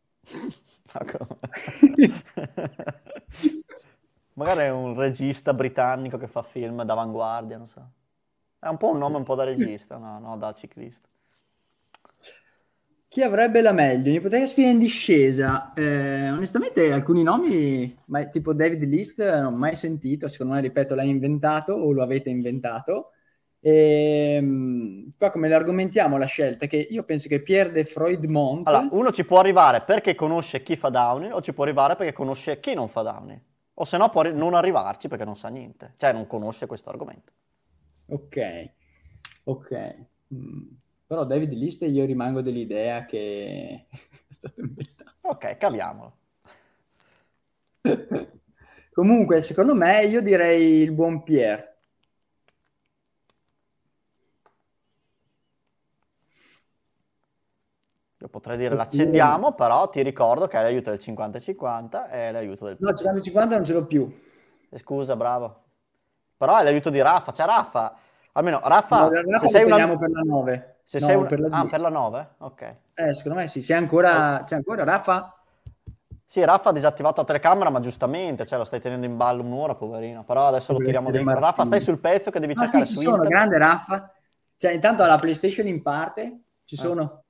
Magari è un regista britannico che fa film d'avanguardia, non so. È un po' un nome un po' da regista, no, da ciclista. Chi avrebbe la meglio? Un'ipotetica sfida in discesa. Onestamente alcuni nomi, tipo David List, non ho mai sentito. Secondo me, ripeto, l'hai inventato o lo avete inventato. Qua come l'argomentiamo la scelta? Che io penso che Pierre de Freudmont... Allora, uno ci può arrivare perché conosce chi fa downy o ci può arrivare perché conosce chi non fa downy. O se no può non arrivarci perché non sa niente. Cioè non conosce questo argomento. Ok. Però David List io rimango dell'idea che è stato inventato. Ok, caviamolo. Comunque, secondo me, io direi il buon Pierre. Io potrei dire l'accendiamo, però ti ricordo che hai l'aiuto del 50-50 e l'aiuto del... No, 50-50 non ce l'ho più. Scusa, bravo. Però hai l'aiuto di Raffa. C'è Raffa. Almeno Raffa... No, se sei una... per la 9. Se no, sei un... per la per la 9? Ok. Secondo me sì. C'è ancora Raffa? Sì, Raffa ha disattivato la telecamera, ma giustamente, cioè lo stai tenendo in ballo un'ora, poverino. Però adesso lo tiriamo dentro. Raffa, stai sul pezzo che devi cercare sì, su internet. internet. Grande Raffa. Cioè, intanto alla PlayStation in parte ci sono...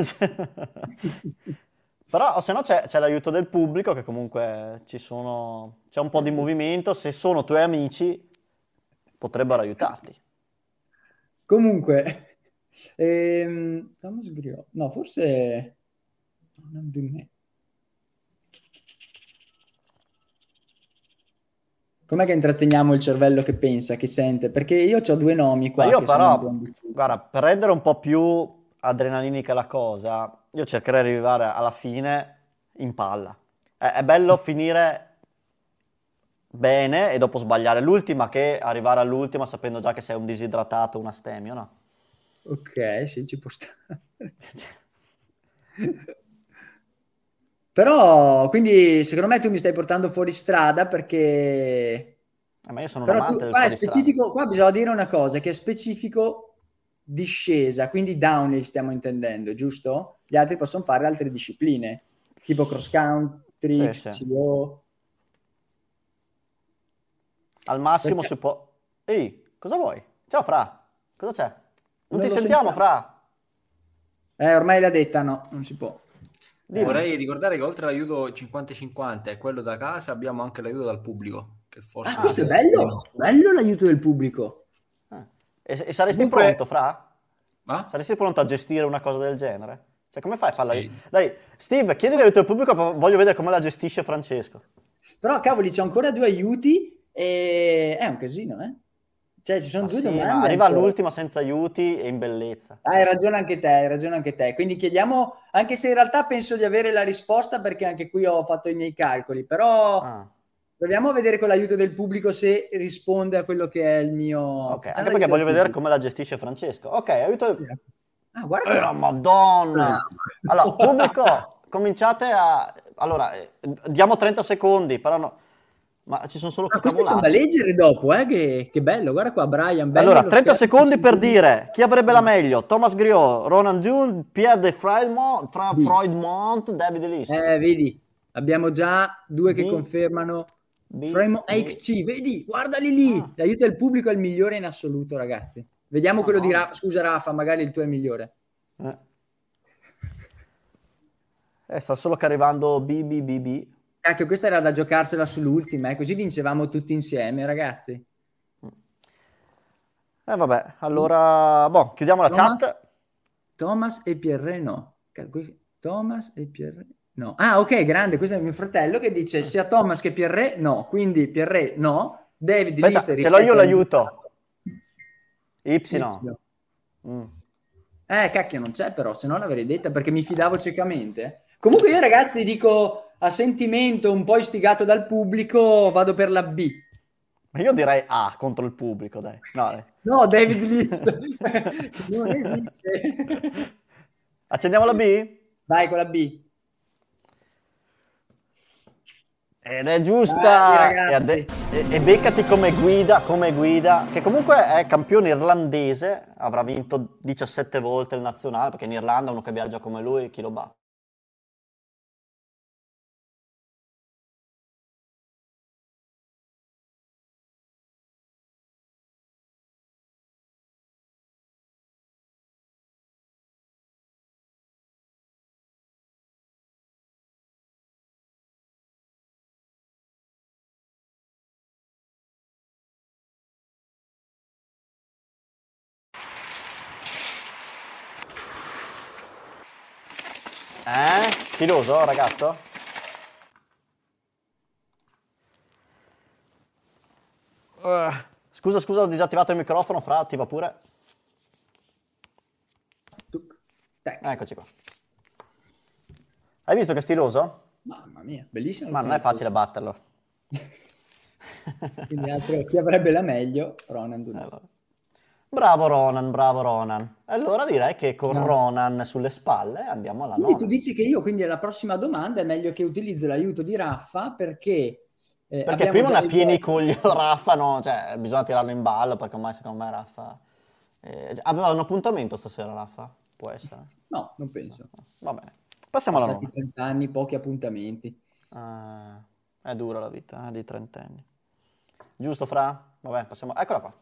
Però o se no c'è l'aiuto del pubblico che comunque c'è un po' di movimento, se sono tuoi amici potrebbero aiutarti. Comunque Thomas Griot, no, forse non di me. Com'è che intratteniamo il cervello che pensa, che sente? Perché io ho 2 nomi qua. Ma io però, guarda, per rendere un po' più adrenalinica la cosa, io cercherei di arrivare alla fine in palla. È bello finire bene e dopo sbagliare l'ultima che arrivare all'ultima sapendo già che sei un disidratato, un astemio, no? Ok, sì, ci può stare. Però, quindi, secondo me tu mi stai portando fuori strada perché... ma io sono un amante del fuoristrada. Qua bisogna dire una cosa, che è specifico discesa, quindi downhill stiamo intendendo, giusto? Gli altri possono fare altre discipline, tipo cross country, XCO. Al massimo si può... Ehi, cosa vuoi? Ciao Fra, cosa c'è? Non ti sentiamo, Fra? Ormai l'ha detta, no, non si può. Vorrei ricordare che oltre all'aiuto 50-50 e quello da casa abbiamo anche l'aiuto dal pubblico. Che forse questo è bello l'aiuto del pubblico. E saresti pronto, Fra? Saresti pronto a gestire una cosa del genere? Cioè, come fai a farla? Sì. Dai, Steve, chiedi l'aiuto del pubblico, voglio vedere come la gestisce Francesco. Però, cavoli, c'ho ancora 2 aiuti e è un casino, Cioè, ci sono 2 domande. Ma arriva all'ultima senza aiuti e in bellezza. Hai ragione anche te. Quindi chiediamo, anche se in realtà penso di avere la risposta perché anche qui ho fatto i miei calcoli, però proviamo a vedere con l'aiuto del pubblico se risponde a quello che è il mio... Ok, anche perché voglio vedere come la gestisce Francesco. Ok, aiuto del... Ah, guarda. La Madonna! Allora, pubblico, cominciate a... Allora, diamo 30 secondi, però no... Ma ci sono solo Ma quindi sono da cavolate. leggere dopo, che bello. Guarda qua, Brian. bello Allora, lo 30 scherzo. secondi per dire chi avrebbe la meglio. Thomas Griot, Ronan Dune, Pierre de Freudmont, David List. Vedi, abbiamo già due che B. confermano. B. Frame B. XC, vedi, guardali lì. Ah. L'aiuto del pubblico è il migliore in assoluto, ragazzi. Vediamo quello di Rafa. Scusa, Rafa, magari il tuo è migliore. Sta solo che arrivando BBBB. Cacchio, questa era da giocarsela sull'ultima, così vincevamo tutti insieme, ragazzi. Vabbè, allora, chiudiamo la chat. Thomas e Pierre no. Thomas e Pierre no. Ah, ok, grande, questo è mio fratello che dice sia Thomas che Pierre no, quindi Pierre no. David Aspetta, List, ce l'ho io l'aiuto. Y. Cacchio, non c'è però, se no l'avrei detta perché mi fidavo ciecamente. Comunque io, ragazzi, dico a sentimento un po' istigato dal pubblico, vado per la B. Ma io direi A contro il pubblico, dai. No, David List. Non esiste. Accendiamo la B? Vai con la B. Ed è giusta. Dai, E beccati come guida, che comunque è campione irlandese, avrà vinto 17 volte il nazionale, perché in Irlanda uno che viaggia come lui, chi lo batte? Filoso, ragazzo? Scusa, ho disattivato il microfono, Fra, attiva pure. Eccoci qua. Hai visto che è stiloso? Mamma mia, bellissimo. Ma non è facile batterlo. Quindi altro, chi avrebbe la meglio? Ronan Dunn. Bravo Ronan. Allora direi che con Ronan sulle spalle andiamo alla Quindi nona. tu dici che io, quindi alla prossima domanda è meglio che utilizzo l'aiuto di Raffa perché prima ne ha pieni i coglioni Raffa, no? Cioè, bisogna tirarlo in ballo perché ormai secondo me Raffa... aveva un appuntamento stasera Raffa? Può essere? No, non penso. Va bene. Passiamo alla Passati nona. 30 anni, pochi appuntamenti. È dura la vita di trentenni. Giusto, Fra? Vabbè, passiamo... Eccola qua.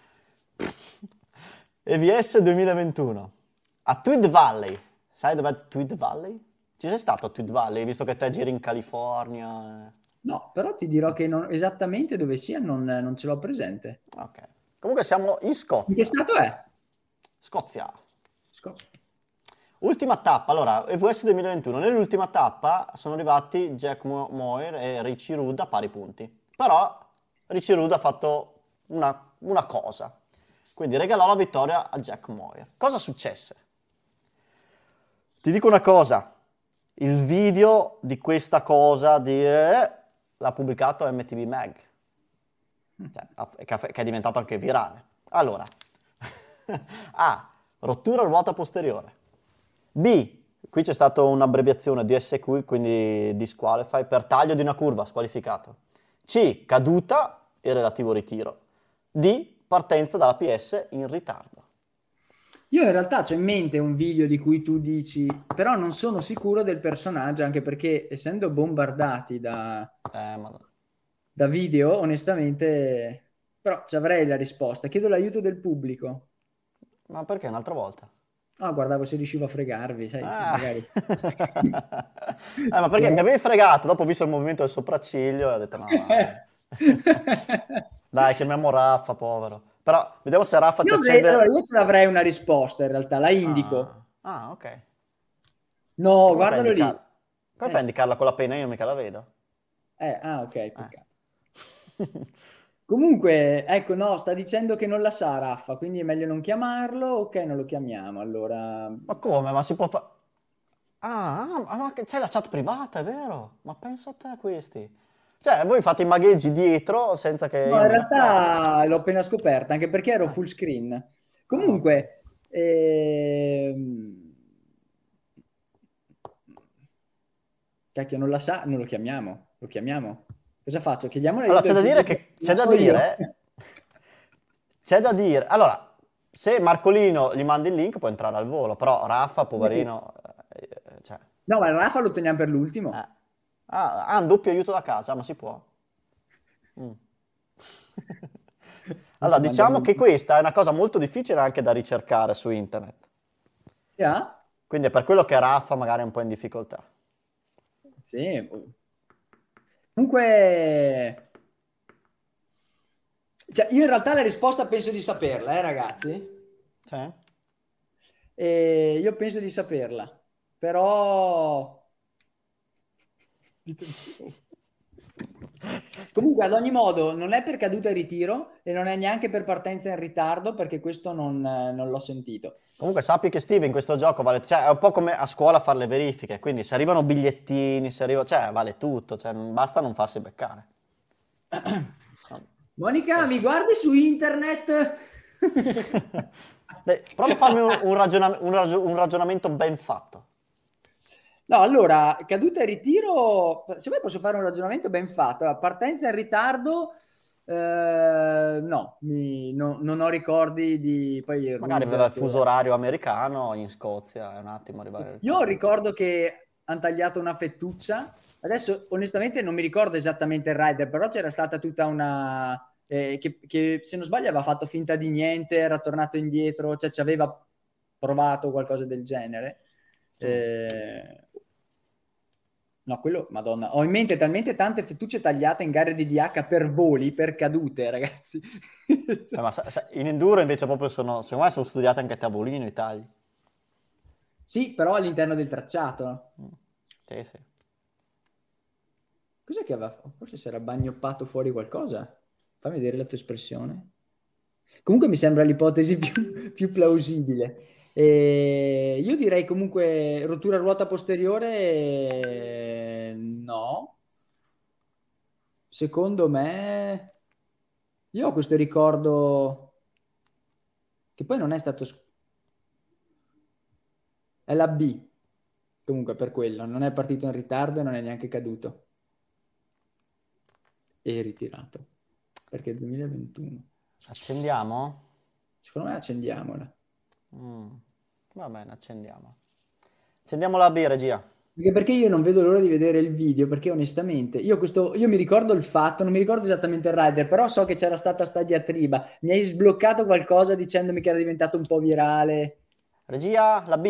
EVS 2021 a Tweed Valley. Sai dov'è Tweed Valley? Ci sei stato a Tweed Valley, visto che te giri in California? No, però ti dirò che esattamente dove sia non ce l'ho presente. Ok. Comunque siamo in Scozia. In che stato è? Scozia. Ultima tappa. Allora, EVS 2021. Nell'ultima tappa sono arrivati Jack Moir e Richie Rudd a pari punti. Però Richie Rudd ha fatto una cosa. Quindi regalò la vittoria a Jack Moir. Cosa successe? Ti dico una cosa. Il video di questa cosa l'ha pubblicato MTV Mag. Cioè, che è diventato anche virale. Allora, A. Rottura ruota posteriore. B. Qui c'è stata un'abbreviazione DSQ, quindi disqualify, per taglio di una curva, squalificato. C. Caduta e relativo ritiro. D. Partenza dalla PS in ritardo. Io in realtà c'ho in mente un video di cui tu dici, però non sono sicuro del personaggio, anche perché essendo bombardati da video, onestamente, però ci avrei la risposta. Chiedo l'aiuto del pubblico. Ma perché un'altra volta? Guardavo se riuscivo a fregarvi, sai, magari. Ma perché mi avevi fregato, dopo ho visto il movimento del sopracciglio e ho detto no. Dai, chiamiamo Raffa, povero. Però vediamo se Raffa ci accende. Allora, io ce l'avrei una risposta in realtà, la indico. Ok. No, come guardalo lì. Come fai a indicarla con la penna? Io mica la vedo. Ok, peccato. Comunque, ecco, no, sta dicendo che non la sa Raffa, quindi è meglio non chiamarlo. Ok, non lo chiamiamo, allora. Ma come? Ma si può fare... ma c'è la chat privata, è vero? Ma penso a te questi. Cioè, voi fate i magheggi dietro senza che... No, in realtà l'ho appena scoperta, anche perché ero full screen. Comunque, Cacchio, non la sa, non lo chiamiamo. Lo chiamiamo. Cosa faccio? Chiediamo Allora, c'è da dire che c'è da dire. Allora, se Marcolino gli mandi il link può entrare al volo, però Raffa, poverino, cioè, No, ma il Rafa lo teniamo per l'ultimo. ha un doppio aiuto da casa, ma si può. Allora, diciamo che questa è una cosa molto difficile anche da ricercare su internet. Quindi è per quello che Raffa magari è un po' in difficoltà. Sì. Comunque, cioè, io in realtà la risposta penso di saperla, ragazzi. Sì. Io penso di saperla, però comunque ad ogni modo non è per caduta e ritiro e non è neanche per partenza in ritardo, perché questo non l'ho sentito. Comunque sappi che Steve in questo gioco vale, cioè è un po' come a scuola fare le verifiche, quindi se arrivano bigliettini, cioè vale tutto, cioè basta non farsi beccare. Monica, mi guardi su internet? Dai, prova a farmi un ragionamento ben fatto. No, allora, caduta e ritiro, se vuoi posso fare un ragionamento ben fatto. Allora, partenza in ritardo, no, non ho ricordi di... Poi magari aveva il fuso orario americano in Scozia, è un attimo arrivare. Io ricordo che hanno tagliato una fettuccia, adesso onestamente non mi ricordo esattamente il rider, però c'era stata tutta una... che se non sbaglio aveva fatto finta di niente, era tornato indietro, cioè ci aveva provato qualcosa del genere. No, quello, madonna, ho in mente talmente tante fettucce tagliate in gare di DH per voli, per cadute, ragazzi. Ma in enduro invece proprio secondo me sono studiate anche a tavolino i tagli. Sì, però all'interno del tracciato. Sì. Cos'è che aveva? Forse si era bagnoppato fuori qualcosa? Fammi vedere la tua espressione. Comunque mi sembra l'ipotesi più plausibile. Io direi comunque rottura ruota posteriore, no. Secondo me, io ho questo ricordo che poi non è stato... È la B, comunque per quello, non è partito in ritardo e non è neanche caduto. E ritirato, perché è il 2021. Accendiamo? Secondo me accendiamola. Va bene, accendiamo la B, regia. Perché io non vedo l'ora di vedere il video, perché onestamente io mi ricordo il fatto, non mi ricordo esattamente il rider, però so che c'era stata sta diatriba, mi hai sbloccato qualcosa dicendomi che era diventato un po' virale. Regia, la B.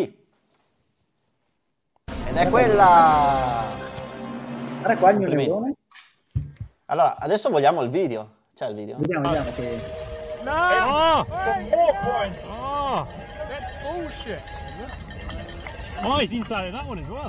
Ed è quella! Guarda qua il mio neurone. Allora, adesso vogliamo il video. C'è il video? Vediamo che... No! Some more points! Oh, that's bullshit! Oh, he's inside of that one as well.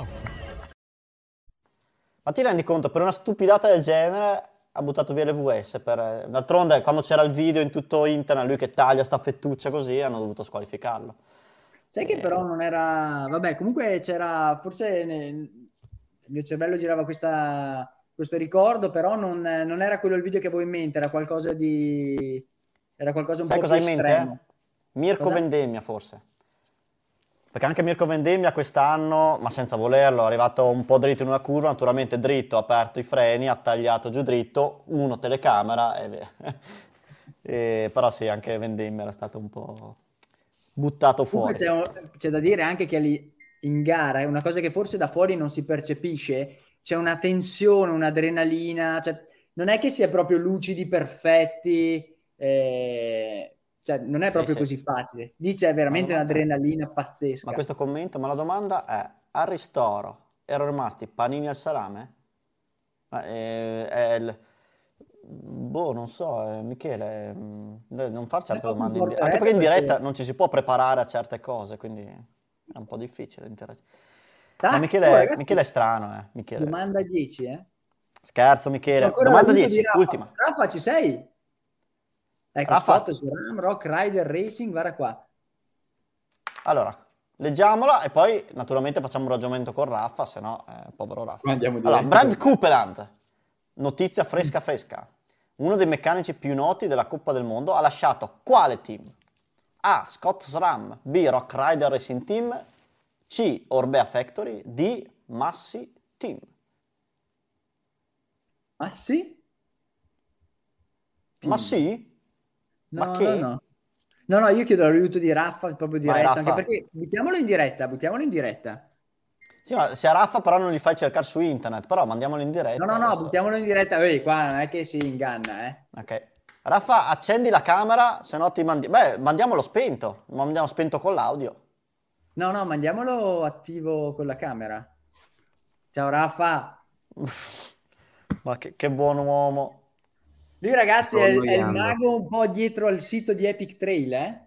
Ma ti rendi conto, per una stupidata del genere ha buttato via le VS. D'altronde, quando c'era il video in tutto internet, lui che taglia sta fettuccia così, hanno dovuto squalificarlo. Sai che però non era... Vabbè, comunque c'era... Forse il mio cervello girava questo ricordo, però non era quello il video che avevo in mente, era qualcosa di... Era qualcosa un po' più estremo. Sai cosa hai in mente? Mirko Vendemmia, forse. Perché anche Mirko Vendemmia quest'anno, ma senza volerlo, è arrivato un po' dritto in una curva, naturalmente dritto, ha aperto i freni, ha tagliato giù dritto, telecamera, però sì, anche Vendemmia era stato un po' buttato fuori. C'è da dire anche che lì in gara è una cosa che forse da fuori non si percepisce, c'è una tensione, un'adrenalina, cioè non è che sia proprio lucidi, perfetti, cioè non è proprio così facile. Lì c'è veramente un'adrenalina pazzesca. Ma questo commento, ma la domanda è: al ristoro erano rimasti panini al salame? Non so, Michele, non far certe domande in diretta, anche perché in diretta non ci si può preparare a certe cose, quindi è un po' difficile interagire. Ma Michele è strano, Michele. Domanda 10, Scherzo, Michele. Domanda 10, ultima. Rafa, ci sei? Ecco, Rafa. Spot su Ram Rock Rider Racing, guarda qua. Allora, leggiamola e poi naturalmente facciamo un ragionamento con Raffa, se no, povero Raffa. Allora, Brad Copeland, notizia fresca. Uno dei meccanici più noti della Coppa del Mondo, ha lasciato quale team? A. Scott SRAM, B. Rock Rider Racing Team, C. Orbea Factory, D. Massi Team. Ah sì? Ma sì? No, Ma che? no. No, io chiedo l'aiuto di Raffa, proprio Vai, diretto, Raffa. anche perché buttiamolo in diretta. Sì, ma se a Raffa però non li fai cercare su internet, però mandiamolo in diretta. No, adesso. buttiamolo in diretta. Qua non è che si inganna, eh. Ok. Raffa, accendi la camera, se no ti mandiamolo spento. Mandiamo spento con l'audio. No, mandiamolo attivo con la camera. Ciao Raffa. Ma che buon uomo. Lui ragazzi Sto è il annoiando. mago un po' dietro al sito di Epic Trail, eh?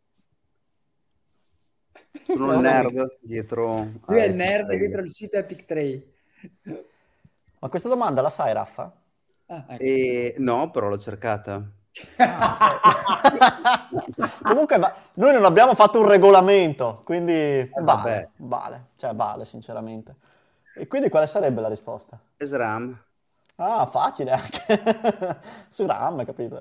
Sono il nerd dietro. Lui è il nerd dietro al sito Epic Trail. Ma questa domanda la sai, Raffa? Ah, ecco. No, però l'ho cercata. Comunque noi non abbiamo fatto un regolamento, quindi vabbè. vale sinceramente. E quindi quale sarebbe la risposta? SRAM. Ah, facile anche. Su RAM, capito?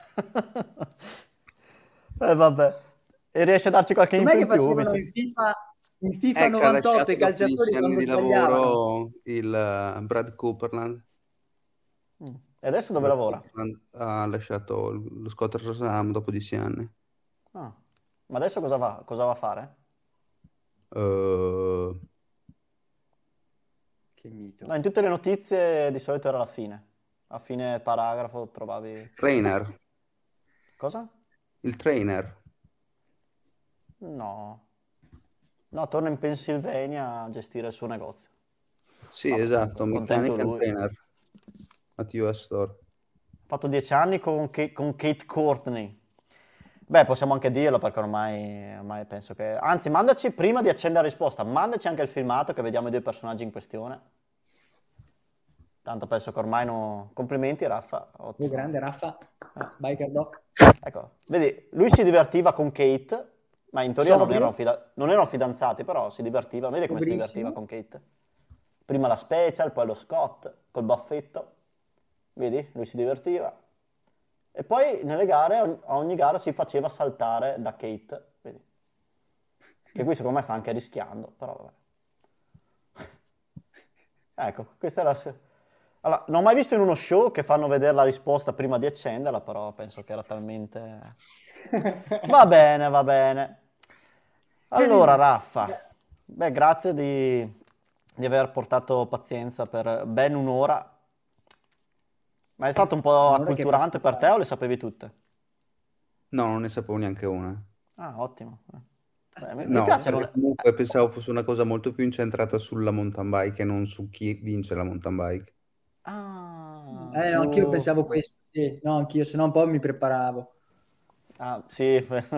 Vabbè. E riesci a darci qualche info Com'è che in più? facevano Visto... in FIFA 98 i calciatori anni quando di sbagliavano? lavoro il Brad Cooperland. E adesso dove lavora? Ha lasciato lo Scott SRAM dopo 10 anni. Ah. Ma adesso cosa va a fare? Che mito. No, in tutte le notizie di solito era la fine. A fine paragrafo trovavi... Trainer. Cosa? Il trainer. No, torna in Pennsylvania a gestire il suo negozio. Sì, Vabbè, esatto, contento mechanic and lui. trainer at US Store. Ha fatto 10 anni con Kate Courtney. Beh, possiamo anche dirlo perché ormai penso che... Anzi, mandaci, prima di accendere la risposta, mandaci anche il filmato che vediamo i due personaggi in questione. Tanto penso che ormai no... Complimenti, Raffa. Ottimo. Grande Raffa, Biker Doc. Ecco, vedi, lui si divertiva con Kate, ma in teoria non Sobrio. erano fidanzati, però si divertiva. Vedi come si Sobrissimo. divertiva con Kate? Prima la Special, poi lo Scott, col baffetto. Vedi? Lui si divertiva. E poi nelle gare, a ogni gara si faceva saltare da Kate. Vedi? Che qui secondo me sta anche rischiando, però vabbè. Ecco, questa è la... Allora, non ho mai visto in uno show che fanno vedere la risposta prima di accenderla, però penso che era talmente... Va bene. Allora, Raffa, beh, grazie di aver portato pazienza per ben un'ora. Ma è stato un po' acculturante per te o le sapevi tutte? No, non ne sapevo neanche una. Ah, ottimo. Mi No, piace. perché comunque pensavo fosse una cosa molto più incentrata sulla mountain bike e non su chi vince la mountain bike. Ah, No, anch'io pensavo questo. Sì. No, anch'io, se no un po' mi preparavo. Ah, sì.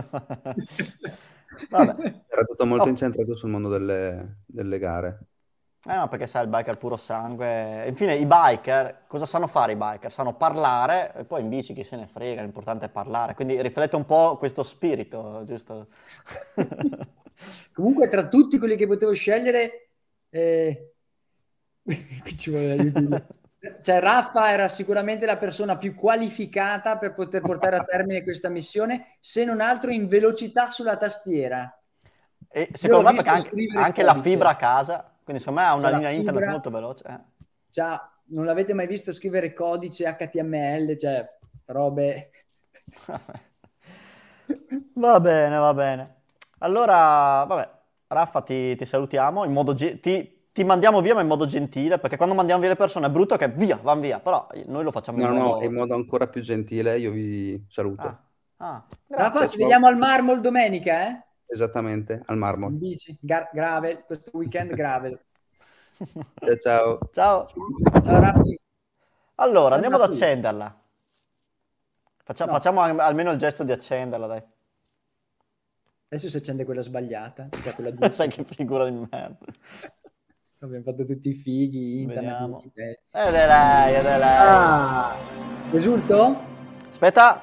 Vabbè. Era tutto molto incentrato sul mondo delle gare. Ma perché sai, il biker puro sangue. Infine, i biker, cosa sanno fare i biker? Sanno parlare, e poi in bici chi se ne frega, l'importante è parlare. Quindi riflette un po' questo spirito, giusto? Comunque, tra tutti quelli che potevo scegliere, qui ci vuole aiuto. Cioè, Raffa era sicuramente la persona più qualificata per poter portare a termine questa missione, se non altro in velocità sulla tastiera. E secondo me perché anche la fibra a casa, quindi secondo me ha una linea internet molto veloce. Non l'avete mai visto scrivere codice HTML, cioè robe... Va bene. Allora, vabbè, Raffa, ti salutiamo, in modo ti mandiamo via ma in modo gentile, perché quando mandiamo via le persone è brutto che vanno via, però noi lo facciamo in modo ancora più gentile, io vi saluto. Raffa, ci vediamo al Marmol domenica, eh? Esattamente, al Marmol. In bici, gravel, questo weekend gravel. Ciao. Ciao Raffi. Allora, andiamo ad accenderla. Facciamo almeno il gesto di accenderla, dai. Adesso si accende quella sbagliata. Cioè quella sai che figura di merda. Abbiamo fatto tutti i fighi, internet. Vediamo. Ed è lei. Risulto? Aspetta.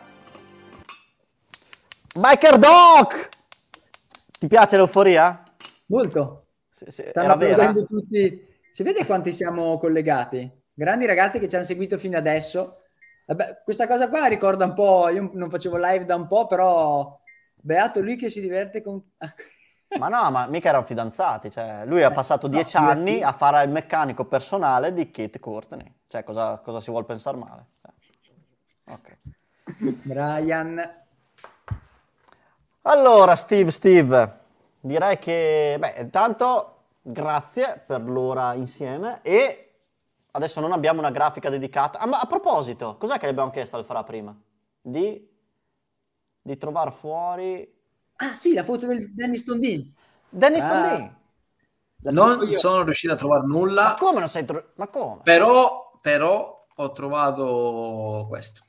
Biker Doc! Ti piace l'euforia? Molto. Era vera? Tutti. Si vede quanti siamo collegati. Grandi ragazzi che ci hanno seguito fino adesso. Vabbè, questa cosa qua ricorda un po', io non facevo live da un po', però Beato lui che si diverte con... Ma no, ma mica erano fidanzati, cioè lui ha passato 10 no, anni a fare il meccanico personale di Kate Courtney, cioè cosa si vuol pensare male? Ok. Brian. Allora, Steve, direi che, intanto grazie per l'ora insieme e adesso non abbiamo una grafica dedicata. Ah, ma a proposito, cos'è che gli abbiamo chiesto al Fra prima? Di trovare fuori... Ah sì, la foto del Dennis Tondin. Dennis Tondin! Non sono riuscito a trovare nulla. Ma come non sei Ma come? Però ho trovato questo.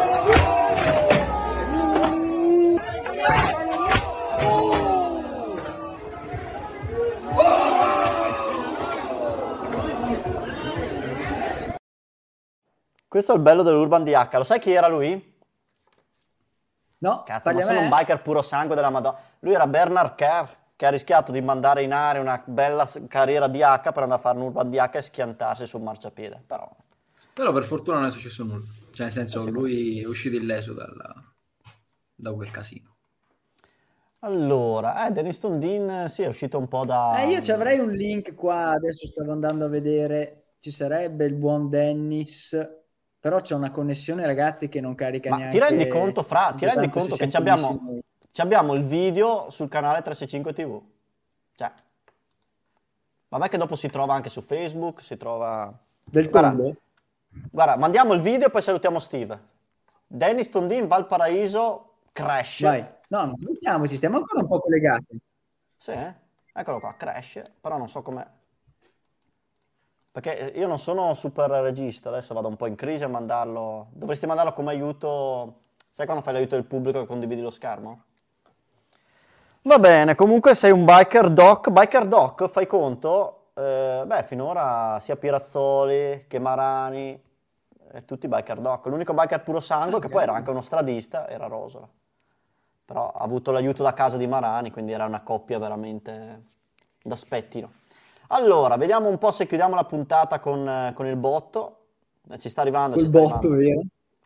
Questo è il bello dell'Urban DH. Lo sai chi era lui? No, Cazzo, ma sono un biker puro sangue della Madonna. Lui era Bernard Kerr, che ha rischiato di mandare in aria una bella carriera DH per andare a fare un Urban DH e schiantarsi sul marciapiede. Però per fortuna non è successo nulla. Cioè, nel senso, lui è uscito illeso da quel casino. Allora, Dennis Tondin, sì, è uscito un po' da... Io ci avrei un link qua, adesso stavo andando a vedere, ci sarebbe il buon Dennis, però c'è una connessione, ragazzi, che non carica Ma neanche... ti rendi conto, Fra, ti rendi tanto conto si che sente abbiamo il video sul canale 365 TV? Cioè, vabbè che dopo si trova anche su Facebook, si trova... Del Congo? Guarda, mandiamo il video e poi salutiamo Steve. Dennis Tondin, Valparaíso, crash. Vai. No, non salutiamoci, stiamo ancora un po' collegati. Sì, eccolo qua, crash, però non so com'è. Perché io non sono super regista, adesso vado un po' in crisi a mandarlo. Dovresti mandarlo come aiuto, sai quando fai l'aiuto del pubblico e condividi lo schermo? Va bene, comunque sei un biker doc, fai conto? Finora sia Pirazzoli che Marani, tutti biker doc. L'unico biker puro sangue, che poi era anche uno stradista, era Rosola. Però ha avuto l'aiuto da casa di Marani, quindi era una coppia veramente da spettino. Allora, vediamo un po' se chiudiamo la puntata con il botto. Ci sta arrivando, Col botto, vero?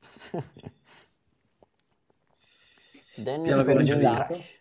Dennis Crash.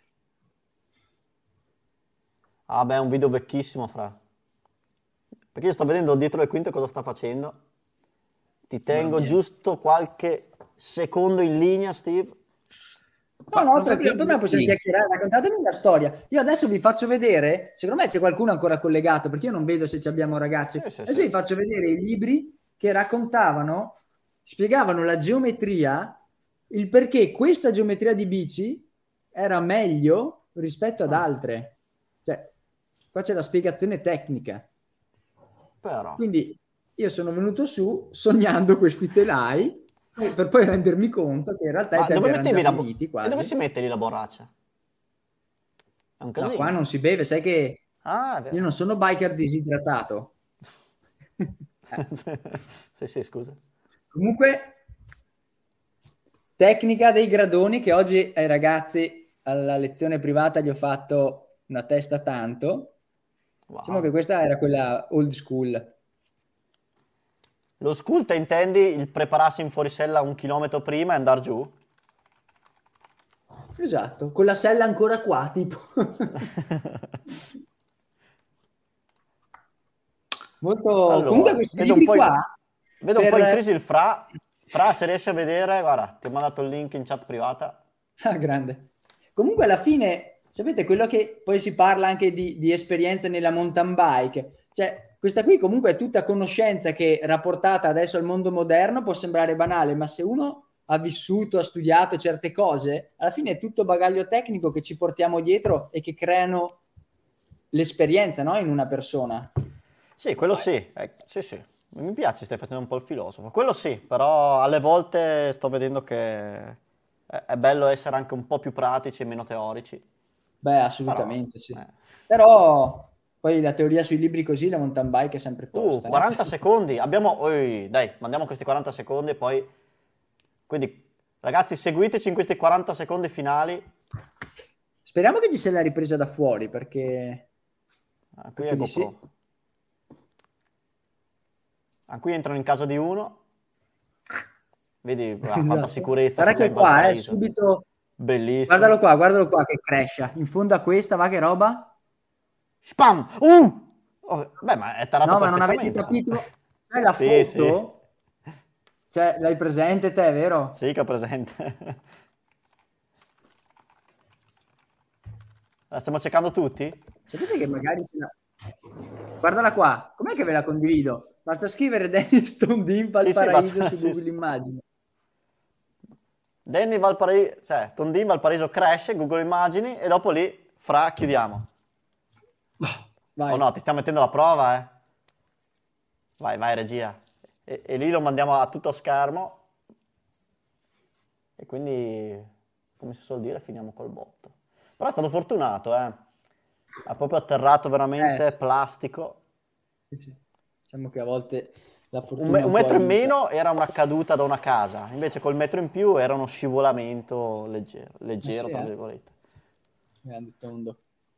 Ah beh, è un video vecchissimo, Fra. Perché io sto vedendo dietro le quinte cosa sta facendo. Ti tengo giusto qualche secondo in linea, Steve. No, tranquillo, me possiamo chiacchierare, raccontatemi la storia. Io adesso vi faccio vedere, secondo me c'è qualcuno ancora collegato, perché io non vedo se ci abbiamo ragazzi. Adesso vi faccio vedere i libri che raccontavano, spiegavano la geometria, il perché questa geometria di bici era meglio rispetto ad altre. Cioè, qua c'è la spiegazione tecnica. Però. Quindi io sono venuto su sognando questi telai per poi rendermi conto che in realtà dove mettevi quasi. E dove si mette lì la borraccia? È un casino. No, qua non si beve, sai che io non sono biker disidratato. Sì, scusa. Comunque, tecnica dei gradoni, che oggi ai ragazzi alla lezione privata gli ho fatto una testa tanto. Wow. Diciamo che questa era quella old school. Lo school te intendi il prepararsi in fuorisella 1 chilometro prima e andare giù? Esatto, con la sella ancora qua, tipo. Molto... Allora, comunque questi libri qua... Vedo un po' in crisi il Fra. Fra, se riesci a vedere, guarda, ti ho mandato il link in chat privata. Ah, grande. Comunque alla fine, sapete, quello che poi si parla anche di esperienze nella mountain bike, cioè... Questa qui comunque è tutta conoscenza che rapportata adesso al mondo moderno può sembrare banale, ma se uno ha vissuto, ha studiato certe cose, alla fine è tutto bagaglio tecnico che ci portiamo dietro e che creano l'esperienza, no? In una persona. Sì, quello sì. Sì. Mi piace, stai facendo un po' il filosofo. Quello sì, però alle volte sto vedendo che è bello essere anche un po' più pratici e meno teorici. Beh, assolutamente, sì. Però... Poi la teoria sui libri così, la mountain bike è sempre tosta. 40 secondi, dai, mandiamo questi 40 secondi e poi... Quindi, ragazzi, seguiteci in questi 40 secondi finali. Speriamo che ci sia la ripresa da fuori, perché... qui è GoPro. Sì. Qui entrano in casa di uno. Vedi quanta sicurezza. Guarda che qua, subito Bellissimo. Guardalo qua che cresce. In fondo a questa, va che roba? Spam! Oh, beh, ma è tarato No, ma non avete perfettamente. capito? C'è la Sì, foto? Cioè, l'hai presente te, vero? Sì, che ho presente. La stiamo cercando tutti? Sapete che magari ce l'ha... Guardala qua. Com'è che ve la condivido? Basta scrivere Dennis Tondin Valparaíso basta, su Google Immagini. Danny Valparaíso, cioè Tondin Valparaíso cresce, Google Immagini e dopo lì, Fra, chiudiamo. Vai. Oh no, ti stiamo mettendo alla prova, eh. Vai, regia. E lì lo mandiamo a tutto schermo. E quindi, come si suol dire, finiamo col botto. Però è stato fortunato, eh. Ha proprio atterrato veramente plastico. Diciamo che a volte la fortuna... Un metro in meno era una caduta da una casa, invece col metro in più era uno scivolamento leggero, sì, tra virgolette. Grande tondo.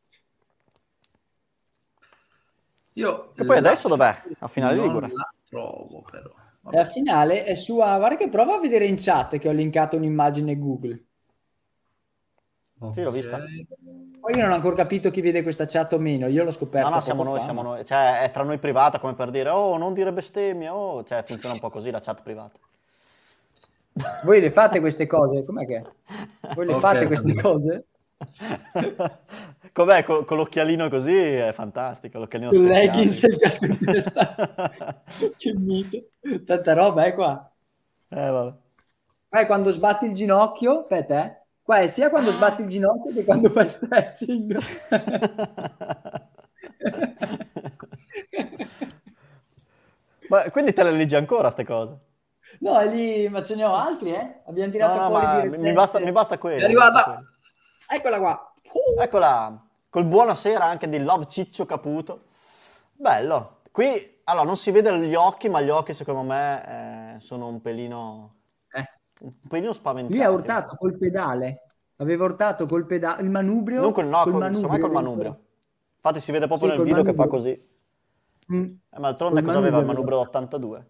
E poi adesso dov'è? A finale non Ligure. la trovo però. La finale è guarda che prova a vedere in chat che ho linkato un'immagine Google. Sì, l'ho vista. Poi io non ho ancora capito chi vede questa chat o meno, io l'ho scoperto. No, siamo noi. Cioè, è tra noi privata, come per dire, oh, non dire bestemmie, oh. Cioè, funziona un po' così la chat privata. Voi le fate queste cose? Com'è che? Voi le fate queste cose? Com'è? Con l'occhialino così è fantastico. L'occhialino con leggings e il casco in testa. Che mito. Tanta roba, qua. Vabbè. Qua è quando sbatti il ginocchio, aspetta, qua è sia quando sbatti il ginocchio che quando fai stretching. Ma quindi te le leggi ancora ste cose? No, è lì, ma ce ne ho altri, Abbiamo tirato fuori di recente. mi basta quello. È arrivata! Eccola qua. Eccola, col buonasera anche di Love Ciccio Caputo. Bello. Qui, allora, non si vede gli occhi, ma gli occhi secondo me sono un pelino spaventati. Lui ha urtato col pedale. Aveva urtato col pedale, il manubrio. Non col manubrio. Infatti si vede proprio nel video che fa così. Ma d'altronde cosa aveva il manubrio d'82?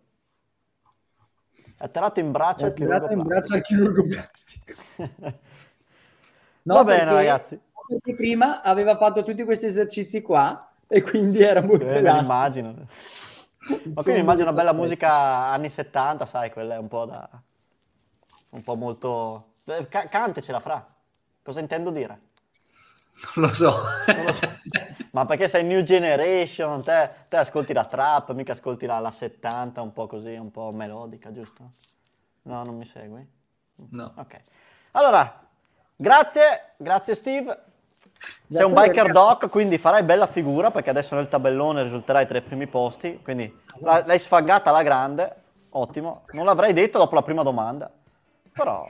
È atterrato in braccio al chirurgo plastico. No, va bene, ragazzi. Perché prima aveva fatto tutti questi esercizi qua e quindi era molto elastico. Immagino. Ma qui mi immagino una bella musica anni 70, sai, quella è un po' molto... Cantecela, Fra. Cosa intendo dire? Non lo so. Ma perché sei new generation, te ascolti la trap, mica ascolti la 70, un po' così, un po' melodica, giusto? No, non mi segui? No. Ok. Allora, grazie Steve. Sei un biker doc, quindi farai bella figura, perché adesso nel tabellone risulterai tra i primi posti, quindi l'hai sfagata alla grande, ottimo. Non l'avrei detto dopo la prima domanda, però...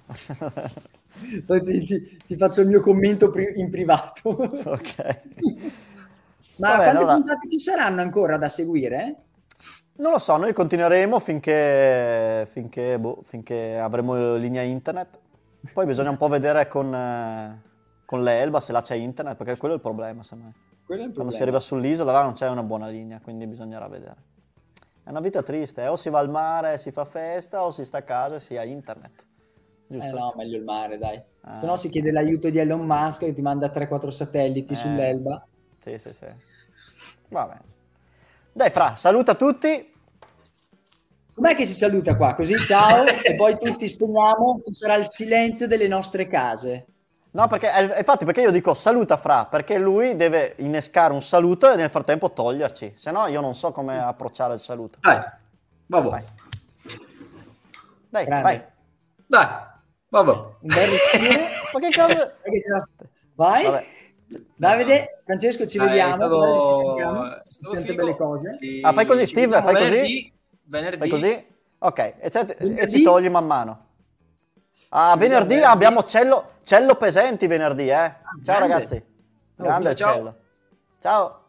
Poi ti faccio il mio commento in privato. Ok. Ma quante puntate ci saranno ancora da seguire? Non lo so, noi continueremo finché avremo linea internet. Poi bisogna un po' vedere con l'Elba se là c'è internet, perché quello è il problema, secondo me. Quando si arriva sull'isola là non c'è una buona linea, quindi bisognerà vedere. È una vita triste, o si va al mare e si fa festa, o si sta a casa e si ha internet. Giusto? No, meglio il mare, dai. Se no si chiede l'aiuto di Elon Musk che ti manda 3-4 satelliti sull'Elba. Sì. Va bene. Dai, Fra, saluta tutti. Com'è che si saluta qua? Così, ciao, e poi tutti spegniamo, ci sarà il silenzio delle nostre case. No, infatti perché io dico saluta Fra, perché lui deve innescare un saluto e nel frattempo toglierci. Se no io non so come approcciare il saluto. Dai, vai. Dai. Vabbè. Un bel respiro. Ma che cosa? Vai. Vabbè. Davide, Francesco, ci vediamo. Ci sentiamo. Tante belle cose. Fai così, Steve, fai così. Venerdì. Fai così? Ok, e ci togli man mano. Venerdì abbiamo Cello Pesenti venerdì, Ciao ragazzi. Grande il Cello. Ciao.